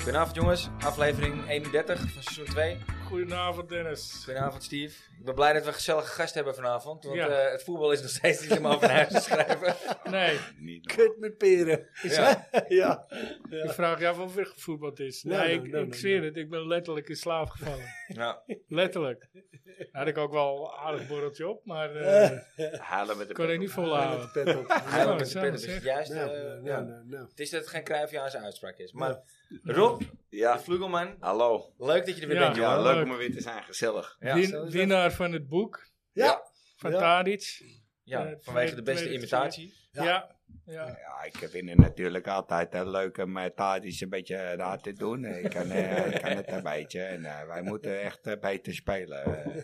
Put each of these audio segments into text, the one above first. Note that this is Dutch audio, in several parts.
Goedenavond jongens, aflevering 31 van seizoen 2. Goedenavond Dennis. Goedenavond Steve. Ik ben blij dat we een gezellige gast hebben vanavond, want het voetbal is nog steeds niet helemaal van huis te schrijven. Nee. Kut met peren. Ja. Ik vraag je af of er gevoetbald is. Ik zweer het, ik ben letterlijk in slaap gevallen. Ja. Letterlijk. Had ik ook wel een aardig borreltje op, maar Halen met de kon ik niet volhouden. Hij met de zo, pet op, zeg. is juist. Nou. Het is dat het geen Cruyffiaanse uitspraak is. Maar Rob, Ja, de Vlugelman, hallo. leuk dat je er weer Ja. bent, jongen. Ja, leuk leuk. om er weer te zijn, gezellig. Ja, Winnaar van het boek Ja. van Ja. Tadic. vanwege de beste tweede imitatie. Ja. Ja, ik vind het natuurlijk altijd leuk om Tadic een beetje raar te doen. Ik kan het een beetje. En wij moeten echt beter spelen.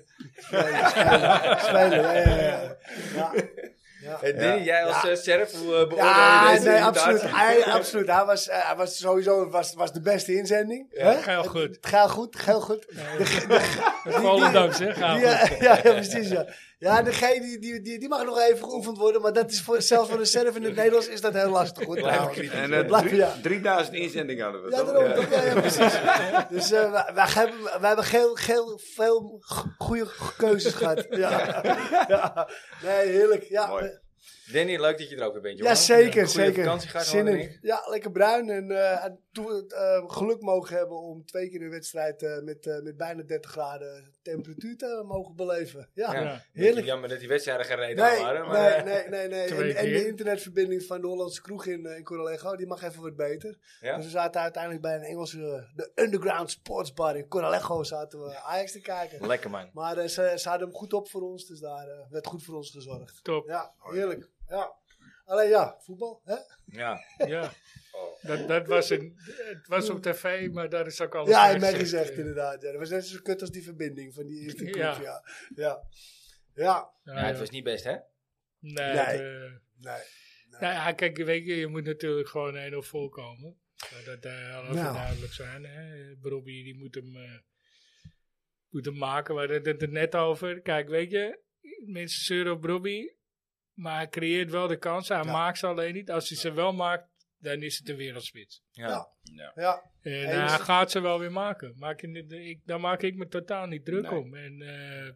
Spelen, ja. Hey, Danny, jij als Serf, hoe beoordeel Ja, je deze nee, imitatie? absoluut. Hij was sowieso was de beste inzending. Ja, Hè? Heel goed. Heel goed. Volendam, zeg. Ja, precies, ja. Ja, degene die mag nog even geoefend worden, maar dat is zelfs voor de Serf in het Nederlands is dat heel lastig. Goed, trouwens. En 3000 inzendingen hadden we Ja, toch? daarom toch? Ja, precies. Dus wij hebben veel goede keuzes gehad. Ja. Nee, heerlijk. Ja. Mooi. Danny, leuk dat je er ook weer bent, jongen. Ja, zeker. Goeie vakantie gehad, Zin hoorde in. ik. Ja, lekker bruin. En toen we het geluk mogen hebben om 2 keer een wedstrijd met bijna 30 graden temperatuur te mogen beleven. Ja, Ja. heerlijk. Jammer dat die wedstrijden geen reden aan waren. Maar, Nee. Twee En de keer. internetverbinding van de Hollandse kroeg in Coralejo, die mag even wat beter. Ja? Dus we zaten uiteindelijk bij een Engelse, de Underground Sportsbar in Coralejo, zaten we Ajax te kijken. Lekker man. Maar ze hadden hem goed op voor ons, dus daar werd goed voor ons gezorgd. Top. Ja, heerlijk. Ja. Alleen ja, voetbal, hè? Ja. Ja. Dat was het was op tv, maar daar is ook alles Ja, bij in mij gezegd inderdaad. Ja. Dat was net zo kut als die verbinding van die eerste club. Ja. Ja. Ja, het was niet best, hè? Nee. Nee. Nou ja, kijk, weet je moet natuurlijk gewoon 1-0 voorkomen. Dat even duidelijk zijn. Hè. Robbie die moet hem maken. We hadden het er net over. Kijk, weet je, mensen zeuren op Robbie. Maar hij creëert wel de kansen. Hij maakt ze alleen niet. Als hij ze wel maakt, dan is het een wereldspits. Ja. Ja. En Eens. hij gaat ze wel weer maken. Daar maak ik me totaal niet druk Nee. om. En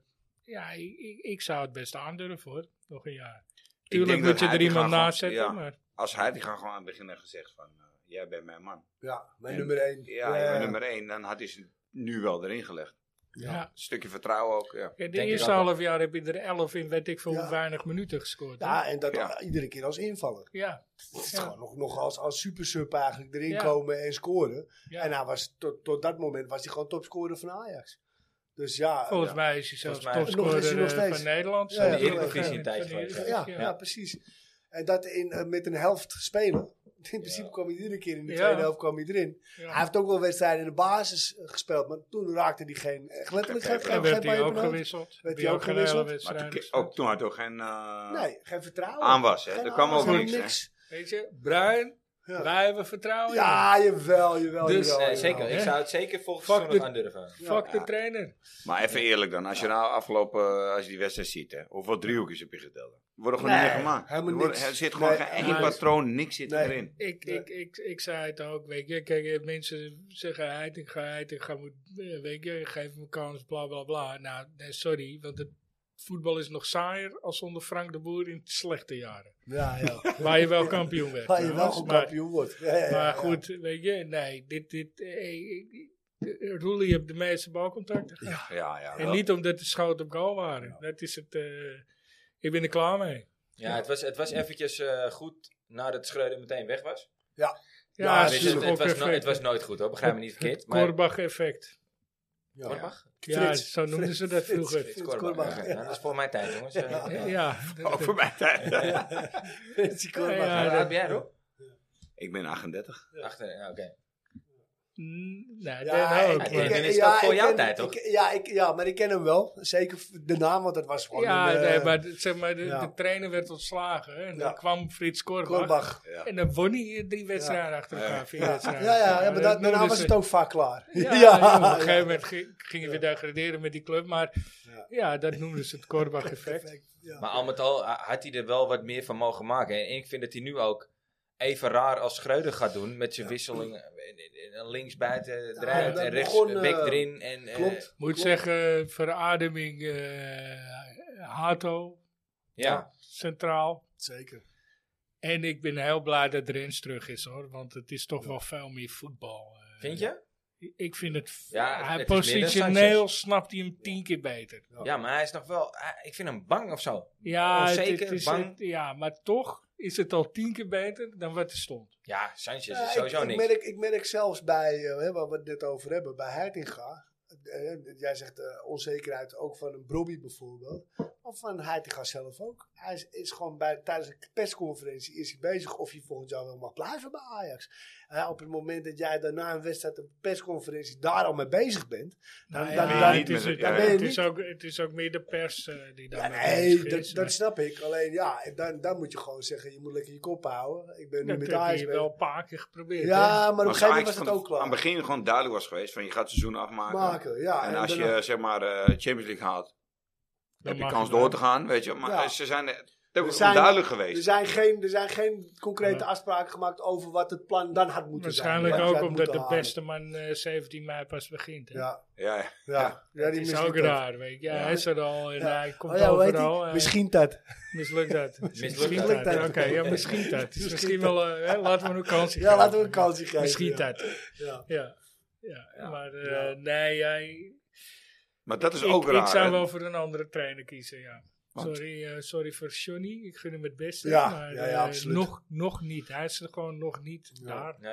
ik zou het best aandurven hoor. Nog een jaar. Ik Tuurlijk denk moet dat je hij er die iemand gaan naast zetten. gewoon- ja. Maar Als hij die gewoon aan het begin had gezegd van, jij bent mijn man. Ja, mijn En- nummer 1. Ja, jij bent nummer 1. Dan had hij ze nu wel erin gelegd. ja. Een stukje vertrouwen ook, ja. De ik eerste ook wel. half jaar heb je er 11 in, weet ik veel, Ja. weinig minuten gescoord. hè? Ja, en dat Ja. iedere keer als invaller. Ja. Het is Ja. gewoon nog als super sub eigenlijk erin Ja. komen en scoren. Ja. En hij was tot dat moment was hij gewoon topscorer van Ajax. Dus ja. Volgens mij is hij zelfs Volgens mij- Nog is hij topscorer nog steeds. van Nederland. Ja, ja, de Eredivisie een tijdje Van de geleden. Eredivisie, Ja, precies. En dat met een helft spelen. In principe kwam hij iedere keer in de tweede helft kwam hij erin. Ja. Hij heeft ook wel wedstrijden in de basis gespeeld, maar toen raakte hij echt letterlijk geen En werd hij ook pepernoot. gewisseld. Werd Heb je hij ook geen hele gewisseld? wedstrijd Maar gespeeld. toen had hij ook geen Nee, geen vertrouwen. aanwas, hè. Geen Er kwam ook aanwas, niks, hè. Weet je, Bruin, Ja. wij hebben vertrouwen in Ja, jawel. Dus, jawel. Zeker, ik hè? zou het zeker volgens Fuck seizoen nog de- aandurven. hem. Fuck de trainer. Maar even eerlijk dan, als je nou als je die wedstrijd ziet, hè, hoeveel driehoekjes heb je geteld? Er worden gewoon niet meer gemaakt. helemaal niks. Er zit gewoon Nee, geen één nee. patroon, niks zit Nee. erin. Ik zei het ook, weet je. Kijk, mensen zeggen Heitinga moet, weet je, geef hem een kans, bla bla bla. Nou, nee, sorry, want het voetbal is nog saaier als onder Frank de Boer in de slechte jaren. Ja. Waar je wel kampioen werd. Waar je wel trouwens, goed maar- kampioen wordt. Ja. Maar goed, weet je, nee, Roelie heeft de meeste balcontacten gehad. Ja. En niet omdat de schoten op goal waren. Dat is het, ik ben er klaar mee. Ja, het was eventjes goed nadat Schreuder meteen weg was. Ja, Dus tuurlijk. het was nooit goed hoor, begrijp me niet verkeerd. Maar Korbach-effect. Korbach? Ja, Frits. zo noemden ze dat vroeger. Frits Korbach, Korbach, oké. ja. Nou, dat is voor mijn tijd jongens. Ja, Ook voor mij tijd. Frits Korbach. Ja, Hoe oud ben jij Rob? Ik ben 38. Oké. nee, Ja, Den ook. ik- maar- ik- is dat voor jouw tijd, toch? Ja, maar ik ken hem wel. Zeker de naam, want dat was gewoon Ja, een, nee, maar zeg maar, ja. de trainer werd ontslagen. Hè, en Ja. dan kwam Frits Korbach. Korbach. Ja. En dan won hij 3 wedstrijden achter elkaar. 4 wedstrijden. Ja, maar daarna noemden was ze- het ook vaak klaar. Ja, op een gegeven moment gingen we degraderen met die club. Maar ja, dat noemden ze het Korbach-effect. Perfect, ja. Maar al met al had hij er wel wat meer van mogen maken. En ik vind dat hij nu ook even raar als Schreuder gaat doen. Met zijn wisselingen. Links buiten eruit dat en rechts begon, bek erin. En, Klopt. Moet zeggen, verademing Hato Ja. centraal. Zeker. En ik ben heel blij dat Rens terug is hoor. Want het is toch wel veel meer voetbal. Vind je? Ik vind het... Ja, hij het is meer dan positioneel Sanchez. snapt hij hem 10 keer beter. Ja, maar hij is nog wel... ik vind hem bang of zo. Ja, Onzeker, het is bang. ja, maar toch is het al 10 keer beter dan wat er stond. Ja, Sanchez Ja, is sowieso niks. ik merk zelfs bij, waar we het net over hebben, bij Heitinga. Jij zegt onzekerheid ook van een Brobby bijvoorbeeld. Of van Heitinga zelf ook. Hij is gewoon tijdens de persconferentie is hij bezig of hij volgend jaar wel mag blijven bij Ajax. Op het moment dat jij daarna een wedstrijd, een persconferentie daar al mee bezig bent. Het is ook meer de pers die daar Nee, dat snap ik. Alleen ja, dan moet je gewoon zeggen, je moet lekker je kop houden. Ik ben nu dat met heb Ajax je bezig. wel een paar keer geprobeerd. Ja, hè? maar op een Als gegeven moment Ajax was het ook klaar. aan het begin gewoon duidelijk was geweest van je gaat het seizoen afmaken. Ja, En als dan- je zeg maar Champions League haalt, heb je mag kans het wel. door te gaan, weet je. Maar Ja. ze zijn dat is zijn- duidelijk Er geweest. zijn geen concrete afspraken gemaakt over wat het plan dan had moeten Waarschijnlijk zijn. Wat ook je had omdat de moeten halen. beste man 17 mei pas begint. Hè? Ja, Ja, ja. Die Het is mislukt ook dat. raar, weet je. Ja, hij is er al en hij komt Oh ja, hoe heet overal. die? Misschien dat. Mislukt dat. Mislukt dat. Oké, ja, misschien dat. Is misschien wel, laten we een kansje Ja, geven. laten we een kansje geven. Misschien ja. dat. Ja. Ja, maar Ja. nee, maar dat is ook ik raar. zou hè? wel voor een andere trainer kiezen, ja. Want? Sorry voor Johnny, ik gun hem het beste. Ja, maar ja, absoluut. nog niet. Hij is er gewoon nog niet daar. Nee.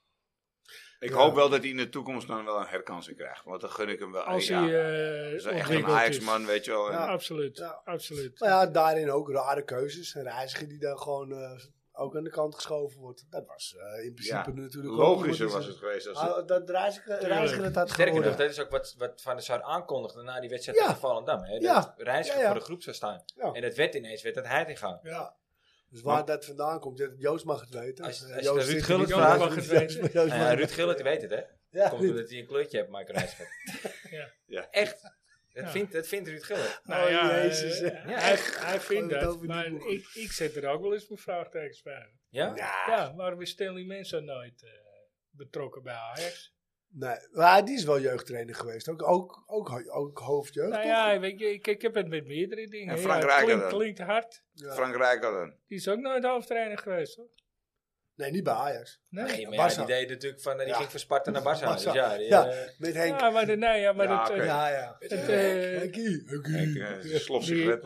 Ik hoop wel dat hij in de toekomst dan wel een herkansing krijgt. Want dan gun ik hem wel. Als ja, hij dat is echt een ontwikkeld is. Ajax-man, weet je wel. Ja. Absoluut, Ja. absoluut. Maar ja, daarin ook rare keuzes. Een reiziger die dan gewoon ook aan de kant geschoven wordt. Dat was in principe natuurlijk ook logischer wat was is- het geweest. Als het, Dat reiziger het had Sterker nog, geworden. dat is ook wat Van der Sar aankondigde na die wedstrijd Ja. tegen Volendam. Hè? Dat Ja. Reiziger Ja. voor de groep zou staan. Ja. En het werd ineens dat Heitinga. Ja. Dus waar dat vandaan komt, Joost mag het weten. Als je Joost Ruud zit Gullit hier- vraagt- mag het weten. Joost Nou mag ja, het Ruud Gullit weet het, hè? Ja, Komt Ruud. omdat hij een kleurtje heeft, Mike Rijsgat. Ja. Echt. Dat Ja. vindt Ruud Gullit. Nou ja, Jezus. hij vindt het dat, over die maar boeg. ik zet er ook wel eens mijn vraagtekens bij. Ja? Ja, waarom is Stanley Menzo nooit betrokken bij Ajax? Nee, maar die is wel jeugdtrainer geweest. Ook hoofdjeugd, Nou toch? ja, weet je, ik heb het met meerdere dingen. En Frank Ja, Rijkaard dan? klinkt hard. Ja. Frank Rijkaard. Die is ook nooit hoofdtrainer geweest, hoor. Nee, niet bij Ajax. Nee. Nee, maar ja, Barca. die deed natuurlijk van, die Ja. ging van Sparta naar Barca. Barca. Dus ja, die, Ja. Met Henk. Ja, maar, Ja, het, oké. Ja. Henkie. Henkie. Slofsigaret.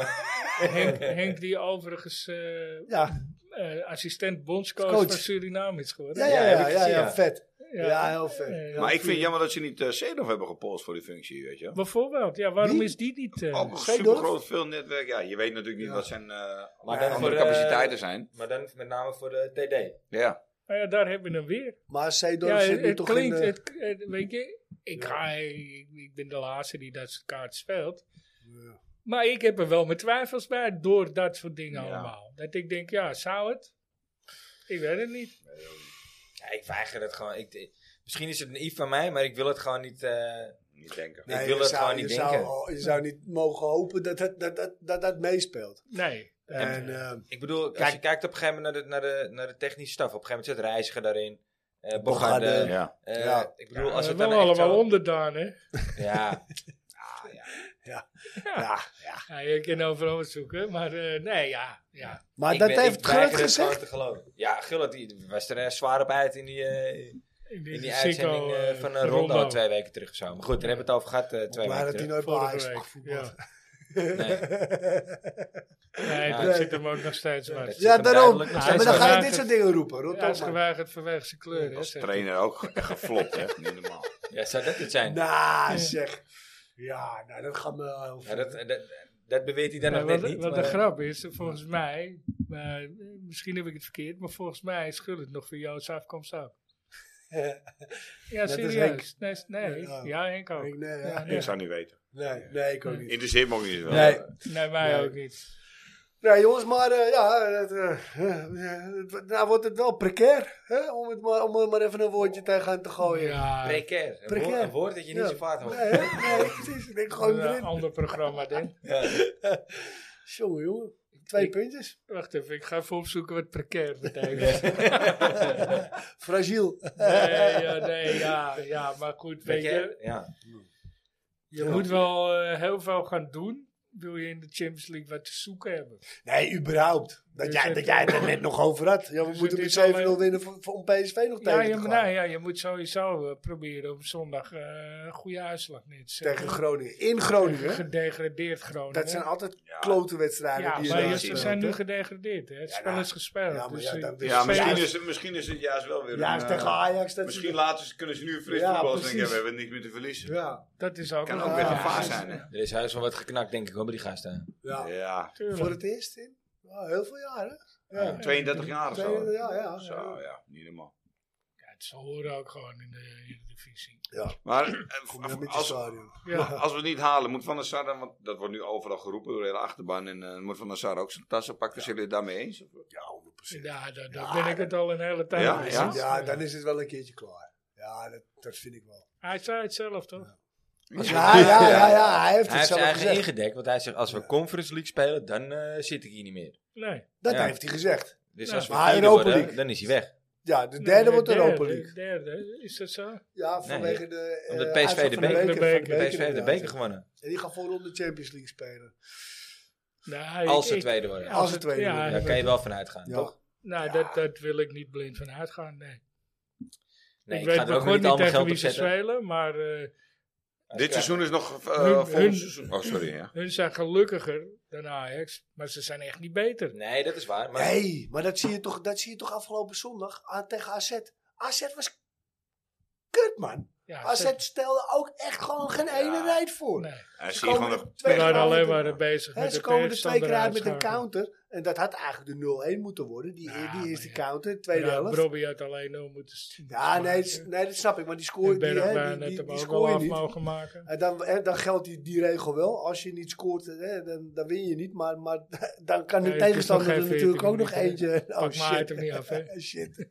Henk die overigens Ja. assistent bondscoach Coach. van Suriname is geworden. Ja, heb ik gezien, ja. vet. Ja, heel vet. Ja. Maar ik vind het jammer dat ze niet Seedorf hebben gepolst voor die functie, weet je wel. Bijvoorbeeld, ja, waarom Wie? is die niet... Ook een Seedorf? supergroot veel netwerk. Ja, je weet natuurlijk niet Ja. wat zijn Maar Ja, dan andere voor de capaciteiten zijn. Maar dan met name voor de TD. Ja. Nou ja, daar hebben we hem weer. Maar Seedorf Ja, zit nu het toch klinkt, in... weet je, ik ben de laatste die dat soort kaart speelt. Ja. Maar ik heb er wel mijn twijfels bij door dat soort dingen Ja. allemaal. Dat ik denk, ja, zou het? Ik weet het niet. Ja, ik weiger het gewoon. Misschien is het naïef van mij, maar ik wil het gewoon niet... Niet denken. Ik wil het gewoon niet denken. Je zou niet mogen hopen dat meespeelt. Nee. En, Ik bedoel, als Kijk. je kijkt op een gegeven moment naar de technische staf. Op een gegeven moment zit Reiziger daarin. Bogarde. Bogarde. Ja. Ja. Ik bedoel, als het wel dan echt allemaal zo... onderdaan, hè? Ja, ja. Ja, je kan overal wat zoeken, maar nee, ja. Maar ik dat ben- heeft ik weiger Gullit het gewoon gezegd. te geloven. Ja, Gullit die was er zwaar op uit in die uitzending van Rondo 2 weken terug of zo. Maar goed, daar hebben we het over gehad 2 Blij weken dat hij terug. nooit bij Vorige Ajax week, mag voetballen. Nee, Ja, dat zit hem ook nog steeds maar. dat zit Ja, hem daarom. duidelijk nog Ja, maar steeds dan ga je wel. dit soort dingen roepen. Rot Hij op, is man. geweigerd vanwege zijn kleur, hè? Als zegt hij. trainer ook echt geflopt, hè. Niet normaal. Ja, zou dat het zijn? Nou, zeg. Ja, nou, dat gaat me wel heel Ja, veel. dat beweert hij dan Ja, nog net wat niet. wat maar- de grap is, volgens mij, maar misschien heb ik het verkeerd, maar volgens mij is Gullit nog voor Joodse afkomst ook. Ja, als serieus. Nee, Ja. ja, Henk ook. Nee, Ja, ja. nee. Ik zou niet weten. Nee, ik ook niet. Interesseert me ook niet wel. Nee. Nee, mij Nee. ook niet. Nee, jongens, maar nou wordt het wel precair. Hè? Om er maar even een woordje tegenaan te gooien. Ja, Precair. Precair. Een woord dat je niet Ja. zo vaak hoort. Nee, nee, precies. Ik denk gewoon een erin. ander programma, denk Ja. Jongen. 2 puntjes. Wacht even, ik ga even opzoeken wat precair betekent. Fragiel. Ja, maar goed, weet je. Ja. Je moet wel heel veel gaan doen. Wil je in de Champions League wat te zoeken hebben? Nee, überhaupt. Dat jij het er net nog over had. Ja, we Dus moeten het met is 7-0 winnen om PSV nog tegen te gaan. Je moet sowieso proberen op zondag een goede uitslag neer te zetten. Tegen Groningen. In Groningen. Gedegradeerd Groningen. Dat zijn altijd klote wedstrijden. Ja, die maar je ze zijn nu gedegradeerd. Hè? Het spel is gespeeld. Ja, maar misschien is het juist wel weer... Ja, tegen Ajax. Misschien kunnen ze nu fris voetballen en denken, we hebben niks meer te verliezen. Ja. Dat is ook kan ook weer gevaar zijn. Hè? Er is juist wel wat geknakt, denk ik, hoor, bij die gasten. Ja. Voor het eerst in heel veel jaren. Ja. 32 jaar of zo. Ja. Zo, ja, niet normaal. Ze horen ook gewoon in de divisie. Ja. Maar als we het niet halen, moet Van der Sar, want dat wordt nu overal geroepen door de hele achterban, en moet Van der Sar ook zijn tassen pakken. Zijn jullie het daarmee eens? Ja, 100%. Ja, daar ben ik het al een hele tijd mee eens. Ja, dan is het wel een keertje klaar. Ja, dat vind ik wel. Hij zei het zelf, toch? Ja, hij heeft het zelf eigen gezegd. ingedekt, want hij zegt, als we Conference League spelen, dan zit ik hier niet meer. Nee. Dat heeft hij gezegd. Dus als we maar vierde Europa worden, League. dan is hij weg. Ja, de derde wordt Europa League. De derde, is dat zo? Ja, vanwege de... Omdat PSV de beker. PSV heeft de beker gewonnen. En die gaan volgende de Champions League spelen. Nou, als ze tweede worden. Als ze tweede worden. Daar kan je wel van uitgaan, toch? Nou, dat wil ik niet blind van uitgaan, nee. Nee, ik ga weet er ook niet allemaal tegen geld wie op ze zetten. spelen, maar... Dit seizoen is nog volgend seizoen. Oh, sorry. Ja. Hun zijn gelukkiger dan Ajax, maar ze zijn echt niet beter. Nee, dat is waar. Maar... Nee, maar dat zie je toch afgelopen zondag tegen AZ. AZ was kut, man. Ja, AZ stelde ook echt gewoon geen ene reet voor. Nee. Ze waren alleen maar bezig met ze komen er 2 keer uit met een counter. En dat had eigenlijk de 0-1 moeten worden. Die eerste counter, tweede helft. Brobby had alleen 0 moeten... Ja, nee, dat snap ik. Maar die scoort die scoor je niet. Mogen maken. En dan geldt die regel wel. Als je niet scoort, dan win je niet. Maar dan kan de tegenstander er natuurlijk ook nog eentje... Pak maar het er niet af, hè. Shit.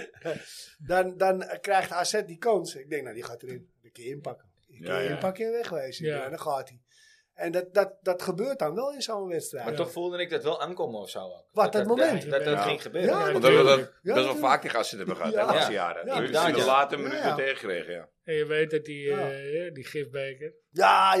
Dan krijgt AZ die kans. Ik denk, die gaat erin. Een keer inpakken. Inpakken en wegwezen. Ja, dan gaat hij. En dat gebeurt dan wel in zo'n wedstrijd. Maar toch voelde ik dat wel aankomen of zo ook. Wat, dat moment? Dat ging gebeuren. Ja, want dat best wel vaak die gasten hebben gehad, de laatste jaren. Ja, dus in de late minuten tegengekregen, ja. En je weet dat die gifbeker... Ja.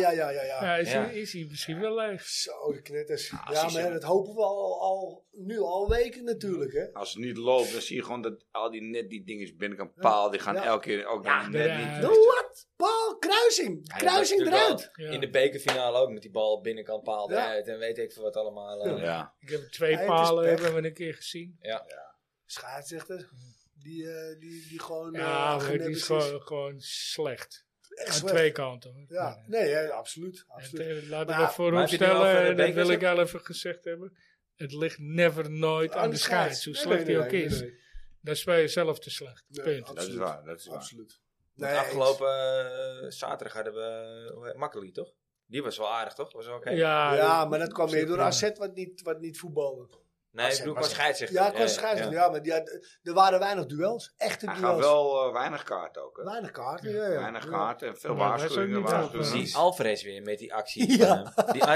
Is hij misschien wel leeg? Zo, de knetters. Ja, maar dat hopen we nu al weken natuurlijk, hè. Als het niet loopt, dan zie je gewoon dat al die dingetjes binnenkant paal, die gaan elke keer ook net niet. Wat? Paal, kruising. Kruising eruit. In de bekerfinale ook, met die bal binnenkant paal eruit en weet ik veel wat allemaal. Ik heb 2 palen hebben we een keer gezien. Ja. Scheidsrechter. Die gewoon... Ja, maar die is gewoon slecht. Aan 2 kanten. Hoor. Ja, nee, absoluut. Laten we vooropstellen, dat wil ik al even gezegd hebben. Het ligt nooit aan de scheids, hoe slecht hij ook is. Dan speel je zelf te slecht. Punt. Dat is waar. Absoluut. Afgelopen zaterdag hadden we Makkeli, toch? Die was wel aardig, toch? Was okay. Ja, maar dat kwam meer door AZ wat niet voetbalde. Nee, ik bedoel, qua scheidsrechter. Ja, qua scheidsrechter. Ja, maar er waren weinig duels. Echte duels. Hij gaf wel weinig kaarten ook. Hè? Weinig kaarten, Weinig kaarten en veel waarschuwingen. Die Alvarez weer met die actie. Ja.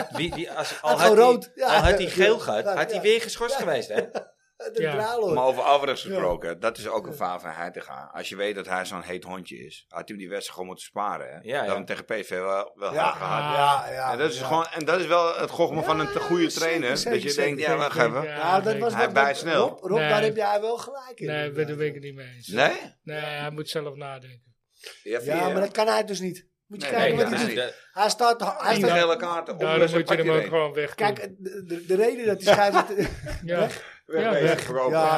Al had hij geel gehad, had hij weer geschorst geweest, hè? Maar over Alvarez gesproken, dat is ook een faal van Heitinga. Als je weet dat hij zo'n heet hondje is, had hij die wedstrijd gewoon moeten sparen. Hè? Dat hem tegen PSV wel hard gehad. En dat is gewoon, en dat is wel het gochme van een te goede trainer. Dat je denkt, wacht even. Hij bijt snel. Rob, daar heb jij wel gelijk in. Nee, daar ben ik het niet mee eens. Nee? Nee, hij moet zelf nadenken. Ja, maar dat kan hij dus niet. Moet je kijken wat hij doet. Hij staat hele kaarten. Daarom moet je hem ook gewoon weg. Kijk, de reden dat die scheidsrechter... Weg.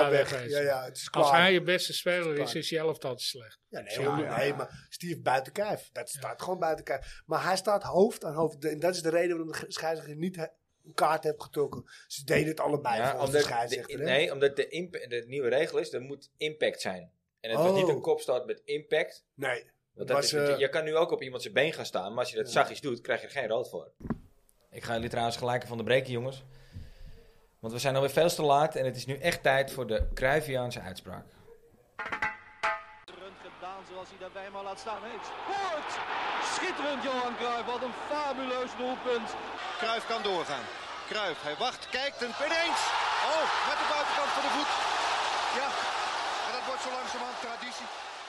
Het is klaar. Als hij je beste speler is je elftal te slecht. Nee, maar Steve buiten kijf. Dat staat gewoon buiten kijf. Maar hij staat hoofd aan hoofd. En dat is de reden waarom de scheidsrechter niet een kaart heeft getrokken. Ze deden het allebei volgens de scheidsrechter. Omdat de nieuwe regel is, er moet impact zijn. En het was niet een kopstoot met impact. Nee. Je kan nu ook op iemand zijn been gaan staan, maar als je dat zachtjes doet, krijg je er geen rood voor. Ik ga jullie trouwens gelijk van de breken, jongens. Want we zijn alweer veel te laat en het is nu echt tijd voor de Cruyffiaanse uitspraak. Gedaan zoals hij daarbij maar laat staan. Het scoort! Schitterend Johan Cruijff, wat een fabuleus doelpunt. Cruijff kan doorgaan. Cruijff, hij wacht, kijkt en ineens. Oh, met de buitenkant van de voet. Ja, en dat wordt zo langzamerhand traditie.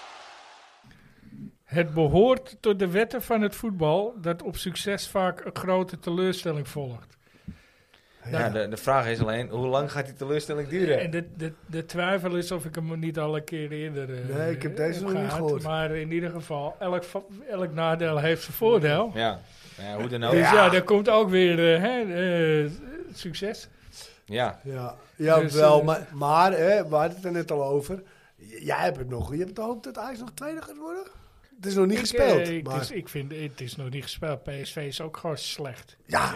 Het behoort tot de wetten van het voetbal dat op succes vaak een grote teleurstelling volgt. Ja, de vraag is alleen, hoe lang gaat die teleurstelling duren? En de twijfel is of ik hem niet al een keer eerder nee, ik heb deze nog niet gehoord. Maar in ieder geval, elk nadeel heeft zijn voordeel. Ja, hoe dan ook. Dus ja, daar komt ook weer succes. Ja. Ja, Dus, wel, maar we hadden het er net al over. Jij hebt het nog. Je hebt de hoop dat Ajax nog tweede gaat worden? Het is nog niet gespeeld. Ik vind het is nog niet gespeeld. PSV is ook gewoon slecht.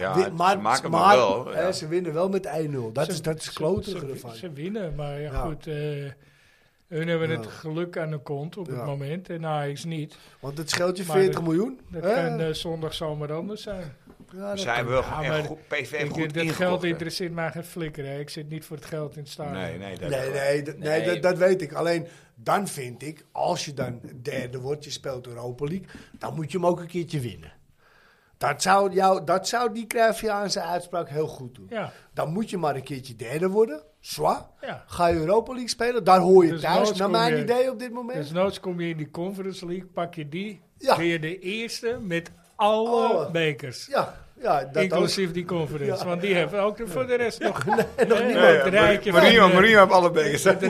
Maar ze winnen wel met 1-0. Dat is kloten ervan. Ze winnen, maar goed. Hun hebben het geluk aan de kont op het moment en Ajax niet. Want het scheelt je 40 miljoen. Dat kan zondag zomaar anders zijn. Ja, zij hebben wel echt goed PSV goed dat geld interesseert mij geen flikker. Hè. Ik zit niet voor het geld in het stadion. Nee, dat weet ik. Alleen dan vind ik, als je dan derde wordt, je speelt Europa League, dan moet je hem ook een keertje winnen. Dat zou die Cruyffiaanse uitspraak heel goed doen. Ja. Dan moet je maar een keertje derde worden. Zwa. Ja. Ga je Europa League spelen. Daar hoor je Dus thuis, naar mijn idee op dit moment. Dus noods kom je in die Conference League, pak je die. Ben je de eerste met alle bekers. Ja, inclusief die conference. Ja. Want die hebben ook voor de rest nog niemand. Mourinho heeft alle bekers. Het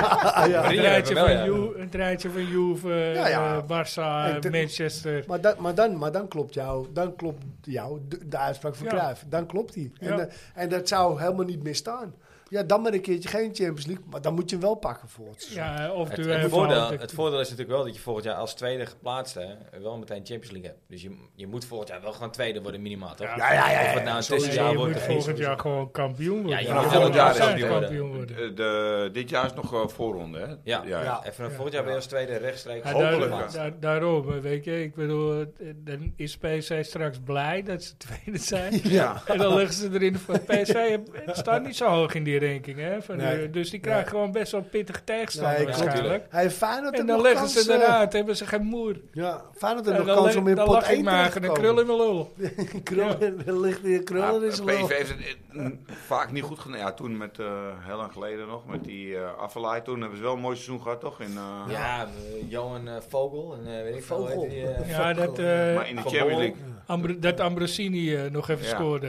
rijtje van Juve, Barça, Manchester. Maar dan klopt jou de uitspraak van Cruijff. Dan klopt die. Ja. En dat zou helemaal niet meer staan. Ja, dan maar een keertje geen Champions League, maar dan moet je hem wel pakken voor het seizoen. Ja, het voordeel is natuurlijk wel dat je volgend jaar als tweede geplaatste wel meteen Champions League hebt. Dus je moet volgend jaar wel gewoon tweede worden minimaal, toch? Ja. Of het nou een tussenjaar wordt. Je moet volgend jaar gewoon kampioen worden. Ja, volgend jaar is kampioen worden. Dit jaar is nog voorronde, hè? Ja. Even volgend jaar ben je als tweede rechtstreeks. Hopelijk. Daarom, weet je, ik bedoel, dan is PSV straks blij dat ze tweede zijn. Ja. En dan leggen ze erin van PSV staat niet zo hoog in die ranking, hè? Dus die krijgen gewoon best wel pittige tegenstander waarschijnlijk. En dan leggen ze eruit, hebben ze geen moer. Ja, Feyenoord heeft nog kans om in pot 1 te maken. Een krul in mijn lul. Er ligt weer krul in zijn lul. PSV heeft het vaak niet goed gedaan. Ja, toen met, heel lang geleden nog, met die Affalay. Toen hebben ze wel een mooi seizoen gehad, toch? Johan Vogel. En weet ik Vogel. Maar in de Champions League. Dat Ambrosini nog even scoorde,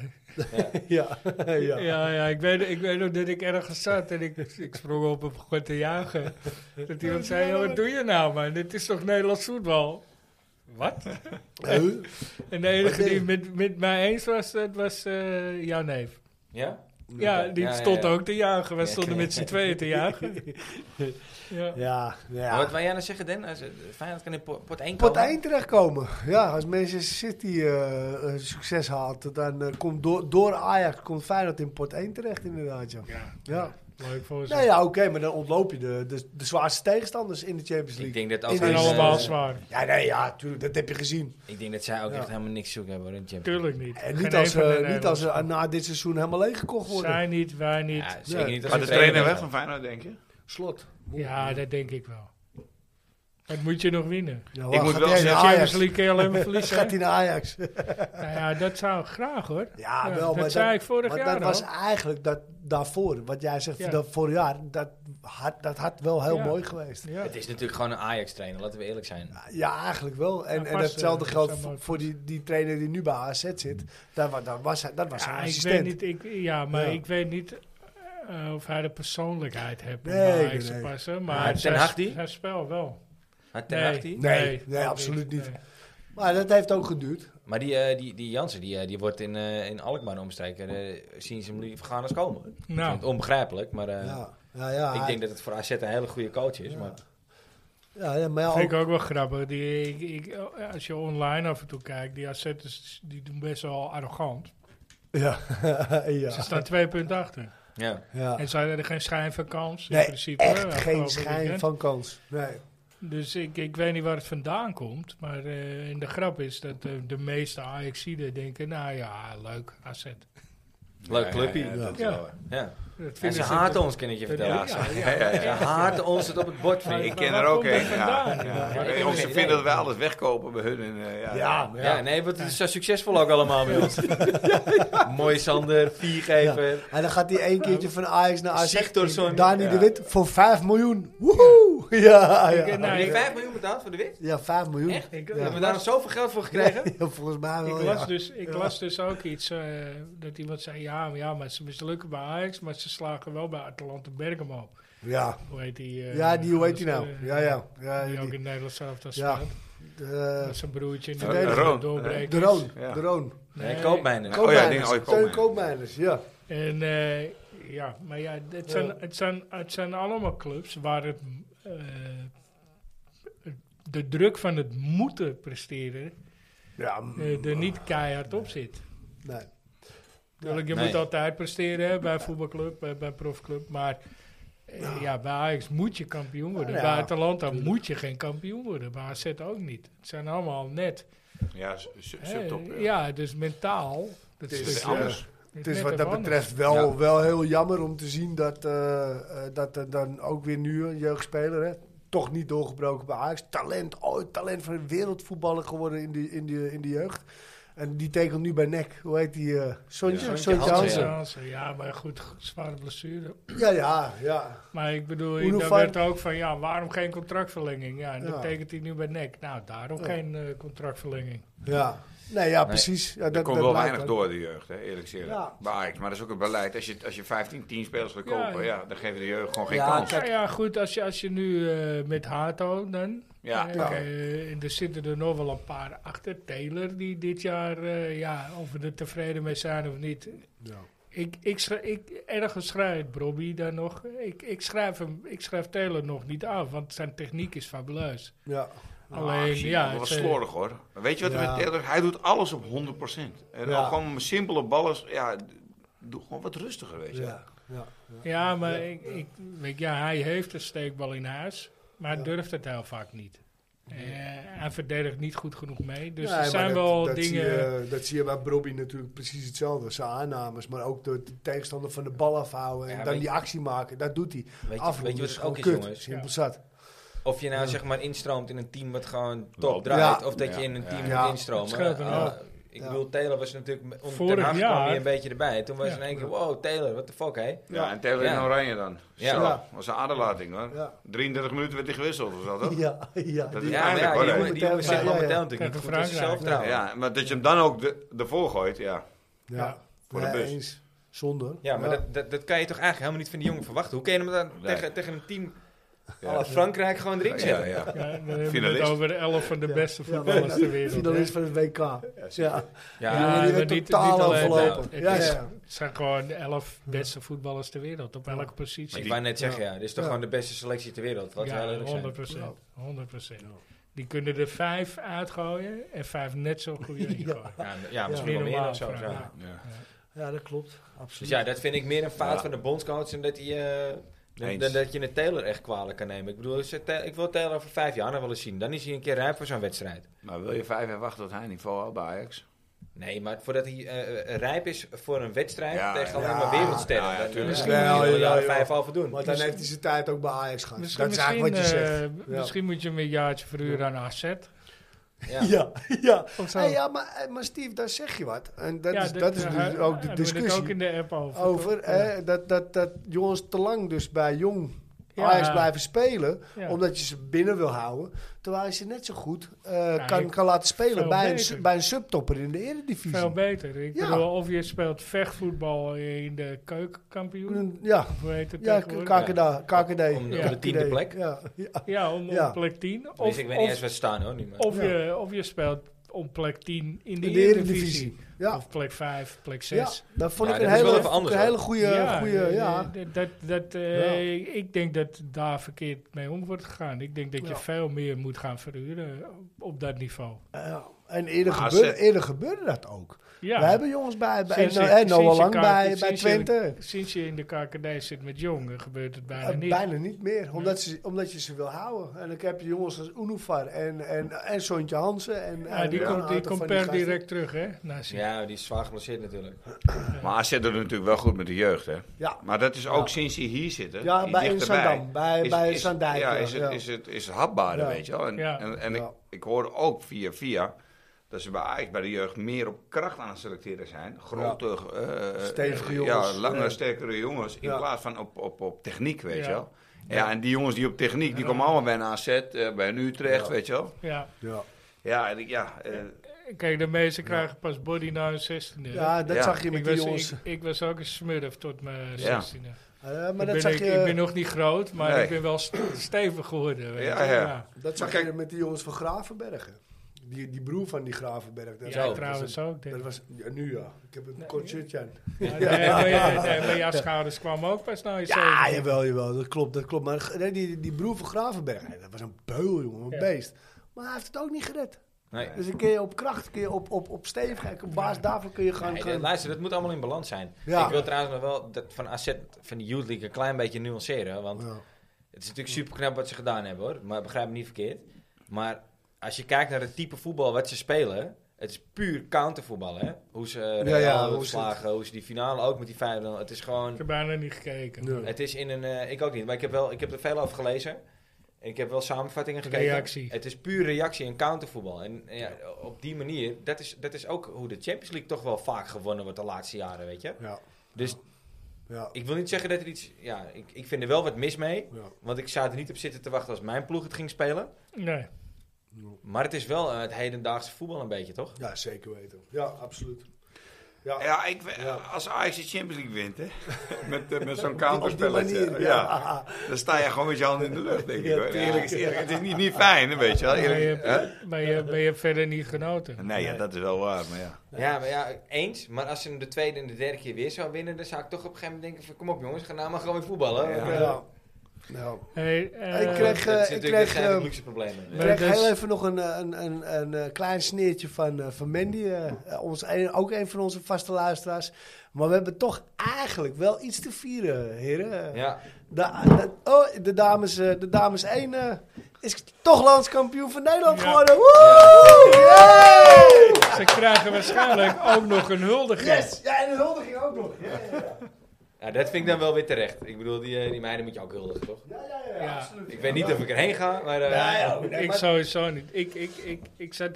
Ja, ik weet nog dat ik ergens zat en ik sprong op en begon te jagen. Dat iemand zei, wat doe je nou, man? Dit is toch Nederlands voetbal? Wat? En de enige die met mij eens was, dat was jouw neef. Ja? Ja, die stond ook te jagen. We stonden met z'n tweeën te jagen. Ja. Wat wil jij nou zeggen, Den? Feyenoord kan in pot 1 komen? Pot 1 terechtkomen. Ja, als Manchester City succes haalt, dan komt door Ajax komt Feyenoord in pot 1 terecht inderdaad. Ja. Leuk voor ze. Nee, ja, oké, maar dan ontloop je de zwaarste tegenstanders in de Champions League. Ik denk dat ook zijn allemaal zwaar. Ja, tuurlijk, dat heb je gezien. Ik denk dat zij ook echt helemaal niks zoeken hebben in de Champions League. Tuurlijk niet. En niet als ze na dit seizoen helemaal leeggekocht worden. Zij niet, wij niet. Ja, zeker niet als de trainer weg van Feyenoord, denk je? Slot. Ja, dat denk ik wel. Dat moet je nog winnen. Ja, ik moet wel zeggen, Champions League kun je alleen maar verliezen. Gaat hij naar Ajax? Nou ja, dat zou ik graag hoor. Ja, wel. Dat zei ik vorig jaar dat was eigenlijk daarvoor. Wat jij zegt, dat vorig jaar, dat had wel heel mooi geweest. Ja. Het is natuurlijk gewoon een Ajax-trainer, laten we eerlijk zijn. Ja, eigenlijk wel. En hetzelfde geldt voor die trainer die nu bij AZ zit. Dat was zijn assistent. Ik weet niet of hij de persoonlijkheid heeft om bij Ajax te passen. Maar zijn spel wel. Nee, absoluut niet. Nee. Maar dat heeft ook geduurd. Maar die Jansen, die wordt in Alkmaar omstreken. Zien ze hem liever gaan als komen. Nou. Onbegrijpelijk, maar ik denk dat het voor AZ een hele goede coach is. Maar... maar dat vind ik ook wel grappig. Als je online af en toe kijkt, die AZ'ers die doen best wel arrogant. Ja. Ze staan 2 punten achter. Ja. En ze hadden er geen schijn van kans. Nee, in principe, echt geen schijn van kans. Nee. Dus ik weet niet waar het vandaan komt. Maar de grap is dat de meeste Ajaxiden denken, nou ja, leuk, AZ. Leuk clubje. Ja. En ze haten ons, kan ik je vertellen. Ze haten ons het op het bord. Ik ken er ook een. Of ze vinden dat wij alles wegkopen bij hun. Nee, want het is zo succesvol ook allemaal bij ons. Mooi Sander, viergever. En dan gaat hij 1 keertje van Ajax naar AZ. Sigtorsson. Dani de Wit voor 5 miljoen. Woehoe! Heb je 5 miljoen betaald voor de Wit? Ja, 5 miljoen. Echt? Hebben we daar nog zoveel geld voor gekregen? Ja, volgens mij wel, Ik las dus ook iets dat iemand zei, maar ze mislukken bij Ajax, maar ze slagen wel bij Atalanta Bergamo. Ja. Hoe heet die? Hoe heet die nou? Die ook in Nederland zelf speelt. Dat is een broertje. De Roon. Nee, Koopmijners. Koopmijners, ja. En maar het zijn allemaal clubs waar de druk van het moeten presteren er niet keihard op zit. Nee. Je moet altijd presteren bij een voetbalclub, bij een profclub, maar bij Ajax moet je kampioen worden. Bij Atalanta moet je geen kampioen worden, bij AZ ook niet. Het zijn allemaal net. Ja, subtop. Dus mentaal. Het is anders. Het is wat dat betreft wel heel jammer om te zien dat er dan ook weer nu een jeugdspeler, toch niet doorgebroken bij Ajax. Talent van een wereldvoetballer geworden in de jeugd. En die tekent nu bij NEC. Hoe heet die? Sontje Hansen. Ja, maar goed, zware blessure. Ja. Maar ik bedoel, daar werd ook van, waarom geen contractverlenging? Ja, en dat tekent hij nu bij NEC. Nou, daarom geen contractverlenging. Ja. Precies. Ja, er komt wel weinig door de jeugd, eerlijk gezegd. Ja. Bij Ajax. Maar dat is ook het beleid. Als je 15, 10 spelers wil kopen, dan geven de jeugd gewoon geen kans. Ja, goed. Als je nu met Hato dan... er zitten er nog wel een paar achter. Taylor, die dit jaar, of we er tevreden mee zijn of niet. Ja. Ergens schrijft Bobby dan nog. Ik schrijf Taylor nog niet af, want zijn techniek is fabuleus. Ja. Alleen, dat was slordig hoor. Weet je wat er met Taylor? Hij doet alles op 100%. En gewoon simpele ballen. Ja, doe gewoon wat rustiger, weet je. Ja, maar hij heeft een steekbal in huis, maar hij durft het heel vaak niet. Hij verdedigt niet goed genoeg mee. Dus er zijn wel dingen... Dat zie je bij Bobby natuurlijk precies hetzelfde. Zijn aannames, maar ook de tegenstander van de bal afhouden en dan die actie maken. Dat doet hij. Weet je wat het ook is, jongens? Simpel zat. Of je nou zeg maar instroomt in een team wat gewoon top draait, of dat je in een team moet instromen. Ik bedoel, Taylor was natuurlijk... Vorig jaar kwam hij een beetje erbij. Toen was het in één keer, wow, Taylor, what the fuck, hé? Ja, en Taylor in oranje dan. Zo, was een aderlating, hoor. Ja. 33 minuten werd hij gewisseld, of zo, toch? Dat is pijnlijk, die jongen zit momenteel natuurlijk niet goed in zelfvertrouwen. Ja, maar dat je hem dan ook ervoor gooit, voor de bus. Eens. Zonde. Ja, maar dat kan je toch eigenlijk helemaal niet van die jongen verwachten. Hoe kan je hem dan tegen een team... Frankrijk gewoon erin zetten. Dan hebben we het over 11 van de beste voetballers ter wereld. Finalist van het WK. Die werd totaal overlopen. Het zijn gewoon de 11 beste voetballers ter wereld. Op elke positie. Maar ik wou net zeggen, dit is toch gewoon de beste selectie ter wereld. 100%. Die kunnen er 5 uitgooien en 5 net zo goed ingooien. Ja, misschien wel meer of zo. Ja, dat klopt. Absoluut. Dus dat vind ik meer een fout van de bondscoach en dat hij... dat je een Taylor echt kwalijk kan nemen. Ik bedoel, ik wil Taylor over 5 jaar nog wel eens zien. Dan is hij een keer rijp voor zo'n wedstrijd. Maar wil je 5 jaar wachten tot hij niveau had bij Ajax? Nee, maar voordat hij rijp is voor een wedstrijd tegen alleen maar wereldsterren. Misschien moet 5 al voldoen. Maar dan heeft hij zijn tijd ook bij Ajax gehad. Dat is eigenlijk wat je zegt. Misschien moet je hem een jaartje verhuren aan AZ. Maar Steve, daar zeg je wat. En dat is dus ook de discussie. Het ook in de app over. Dat jongens te lang dus bij jong Ajax blijven spelen, omdat je ze binnen wil houden. Terwijl je ze net zo goed kan laten spelen bij een subtopper in de Eredivisie. Veel beter. Ik bedoel, of je speelt vechtvoetbal in de keukenkampioen. Hoe heet het KKD. Om de 10e plek. Om plek 10. Ik weet niet eens wat staan hoor. Of je speelt om plek 10 in de Eredivisie. Ja. Of plek 5, plek 6. Dat vond ik een hele goede... Ik denk dat daar verkeerd mee om wordt gegaan. Ik denk dat je veel meer moet gaan verhuren op dat niveau. En eerder gebeurde dat ook. Ja. We hebben jongens bij Noah Lang bij Twente. Sinds je in de KKD zit met jongen, gebeurt het bijna niet. Bijna niet meer, omdat je ze wil houden. En dan heb je jongens als Unufar en Sontje Hansen. Die komt per direct terug, hè? Ja, die is zwaar geblesseerd natuurlijk. Maar AZ doet natuurlijk wel goed met de jeugd, hè? Ja. Maar dat is ook sinds hij hier zit, hè? Ja, bij Zandam, bij Zandijk. Ja, is het hapbaar, weet je wel. En ik hoorde ook via dat ze bij de jeugd meer op kracht aan het selecteren zijn. Grote, stevige jongens. Ja, lange, sterkere jongens. In plaats van op techniek, weet je wel. Ja, en die jongens die op techniek, die komen allemaal bij een AZ, bij een Utrecht, weet je wel. Kijk, de meesten krijgen pas body na hun 16e. Ja, dat zag je met die jongens. Ik was ook een smurf tot mijn 16e. Maar ik ben nog niet groot, maar ik ben wel stevig geworden. Weet je. Dat zag je met die jongens van Gravenbergen. Die broer van die Gravenberg. Trouwens ook. Dat was nu Ik heb een kort shirtje aan. Maar jouw schouders kwamen ook pas na je 17. Ja, jawel. Dat klopt. Maar die broer van Gravenberg, dat was een beul, jongen. Een beest. Maar hij heeft het ook niet gered. Nee. Dus dan kun je op kracht, kun je op stevigheid, op basis daarvan kun je gaan... Luister, dat moet allemaal in balans zijn. Ja. Ik wil trouwens nog wel dat van AZ, van die Youth League, een klein beetje nuanceren. Want het is natuurlijk super knap wat ze gedaan hebben, hoor. Maar begrijp me niet verkeerd. Maar als je kijkt naar het type voetbal wat ze spelen, het is puur countervoetbal, hè. Hoe ze Real slagen, hoe ze die finale ook met die 5-0. Het is gewoon... Ik heb bijna niet gekeken. Nee. Het is in een... ik ook niet, maar ik heb er veel over gelezen. En ik heb wel samenvattingen gekeken. Reactie. Het is puur reactie en countervoetbal. En op die manier, dat is ook hoe de Champions League toch wel vaak gewonnen wordt de laatste jaren, weet je. Ja. Dus ik wil niet zeggen dat er iets... Ja, ik vind er wel wat mis mee. Ja. Want ik zou er niet op zitten te wachten als mijn ploeg het ging spelen. Nee. Maar het is wel het hedendaagse voetbal een beetje, toch? Ja, zeker weten. Ja, absoluut. Als Ajax de Champions League wint, hè, met zo'n counterspelletje, dan sta je gewoon met je handen in de lucht, denk ik. Hoor. Eerlijk is eerlijk. Het is niet fijn, weet je wel. Maar je hebt verder niet genoten. Nee, dat is wel waar, maar Ja, eens. Maar als ze hem de tweede en de derde keer weer zou winnen, dan zou ik toch op een gegeven moment denken van, kom op jongens, ga nou maar gewoon weer voetballen. Ik kreeg heel even nog een klein sneertje van Mandy. Ook een van onze vaste luisteraars. Maar we hebben toch eigenlijk wel iets te vieren, heren. Ja. De dames 1 is toch landskampioen van Nederland geworden. Woe! Yeah! Ze krijgen waarschijnlijk ook nog een huldiging. Yes, en een huldiging ook nog. Ja, dat vind ik dan wel weer terecht. Ik bedoel, die meiden moet je ook huldigen, toch? Ja, absoluut. Ik weet niet of ik erheen ga, maar... ik sowieso niet. Ik zat...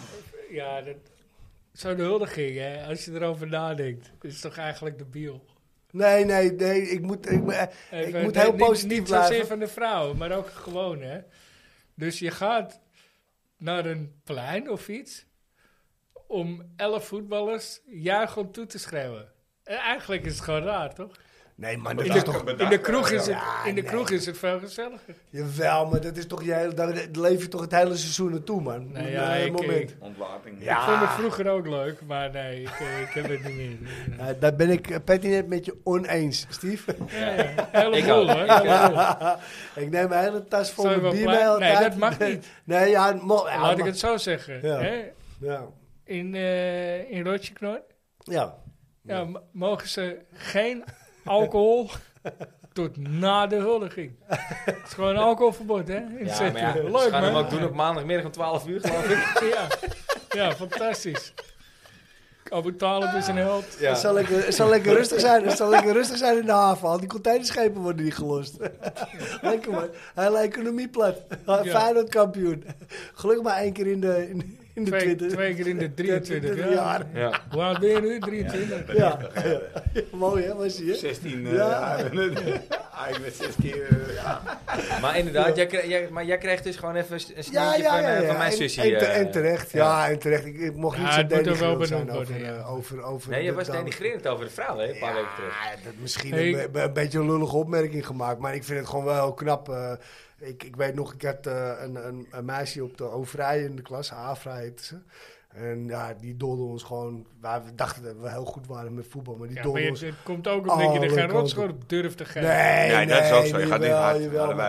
Zo'n huldiging, hè, als je erover nadenkt, is toch eigenlijk debiel? Nee, ik moet heel positief niet blijven. Niet zozeer van de vrouwen, maar ook gewoon, hè. Dus je gaat naar een plein of iets om 11 voetballers juichend toe te schreeuwen. Eigenlijk is het gewoon raar, toch? Nee, maar in de kroeg is het veel gezelliger. Jawel, maar dat is toch daar leef je toch het hele seizoen naartoe, man. Ontwapening. Ja. Ik vond het vroeger ook leuk, maar nee, ik heb het niet meer. Daar ben ik pertinent met je oneens, Steve. Helemaal hoor. Ik neem mijn hele tas vol met bier. Nee, dat mag niet. Nee, laat ik het zo zeggen. Ja. Hè? Ja. In Rotjeknoor. Ja. Ja, mogen ze geen alcohol tot na de huldiging. Het is gewoon een alcoholverbod, hè? Leuk, ze gaan hem ook doen op maandagmiddag om 12 uur, geloof ik. Ja, fantastisch. Abu Talib is een held. Ja. Het zal lekker rustig zijn. Het zal lekker rustig zijn in de haven. Al die containerschepen worden niet gelost. Lekker man. Hele economie plat. Feyenoord kampioen. Gelukkig maar 1 keer in de 20. 2 keer in de 23 jaar. Ja. Hoe oud ben je nu? 23? Ja. Mooi hè, was je? 16. Ik ben 6 keer. Maar inderdaad, jij kreeg dus gewoon even een sneetje van mijn zusje. En terecht. Ja, en terecht. Ik mocht niet zo denigrerend zijn over nee, je was denigrerend over de vrouw, hè, een paar weken terug. Dat misschien een beetje een lullige opmerking gemaakt, maar ik vind het gewoon wel heel knap. Ik weet nog, ik had een meisje op de Overij in de klas, Afra heette ze. En ja, die dolden ons gewoon... We dachten dat we heel goed waren met voetbal, maar die dolden ons... Het komt ook omdat je er geen rotschop op durft te geven. Nee, dat is ook zo. Je gaat niet hard. Hadden wij ook.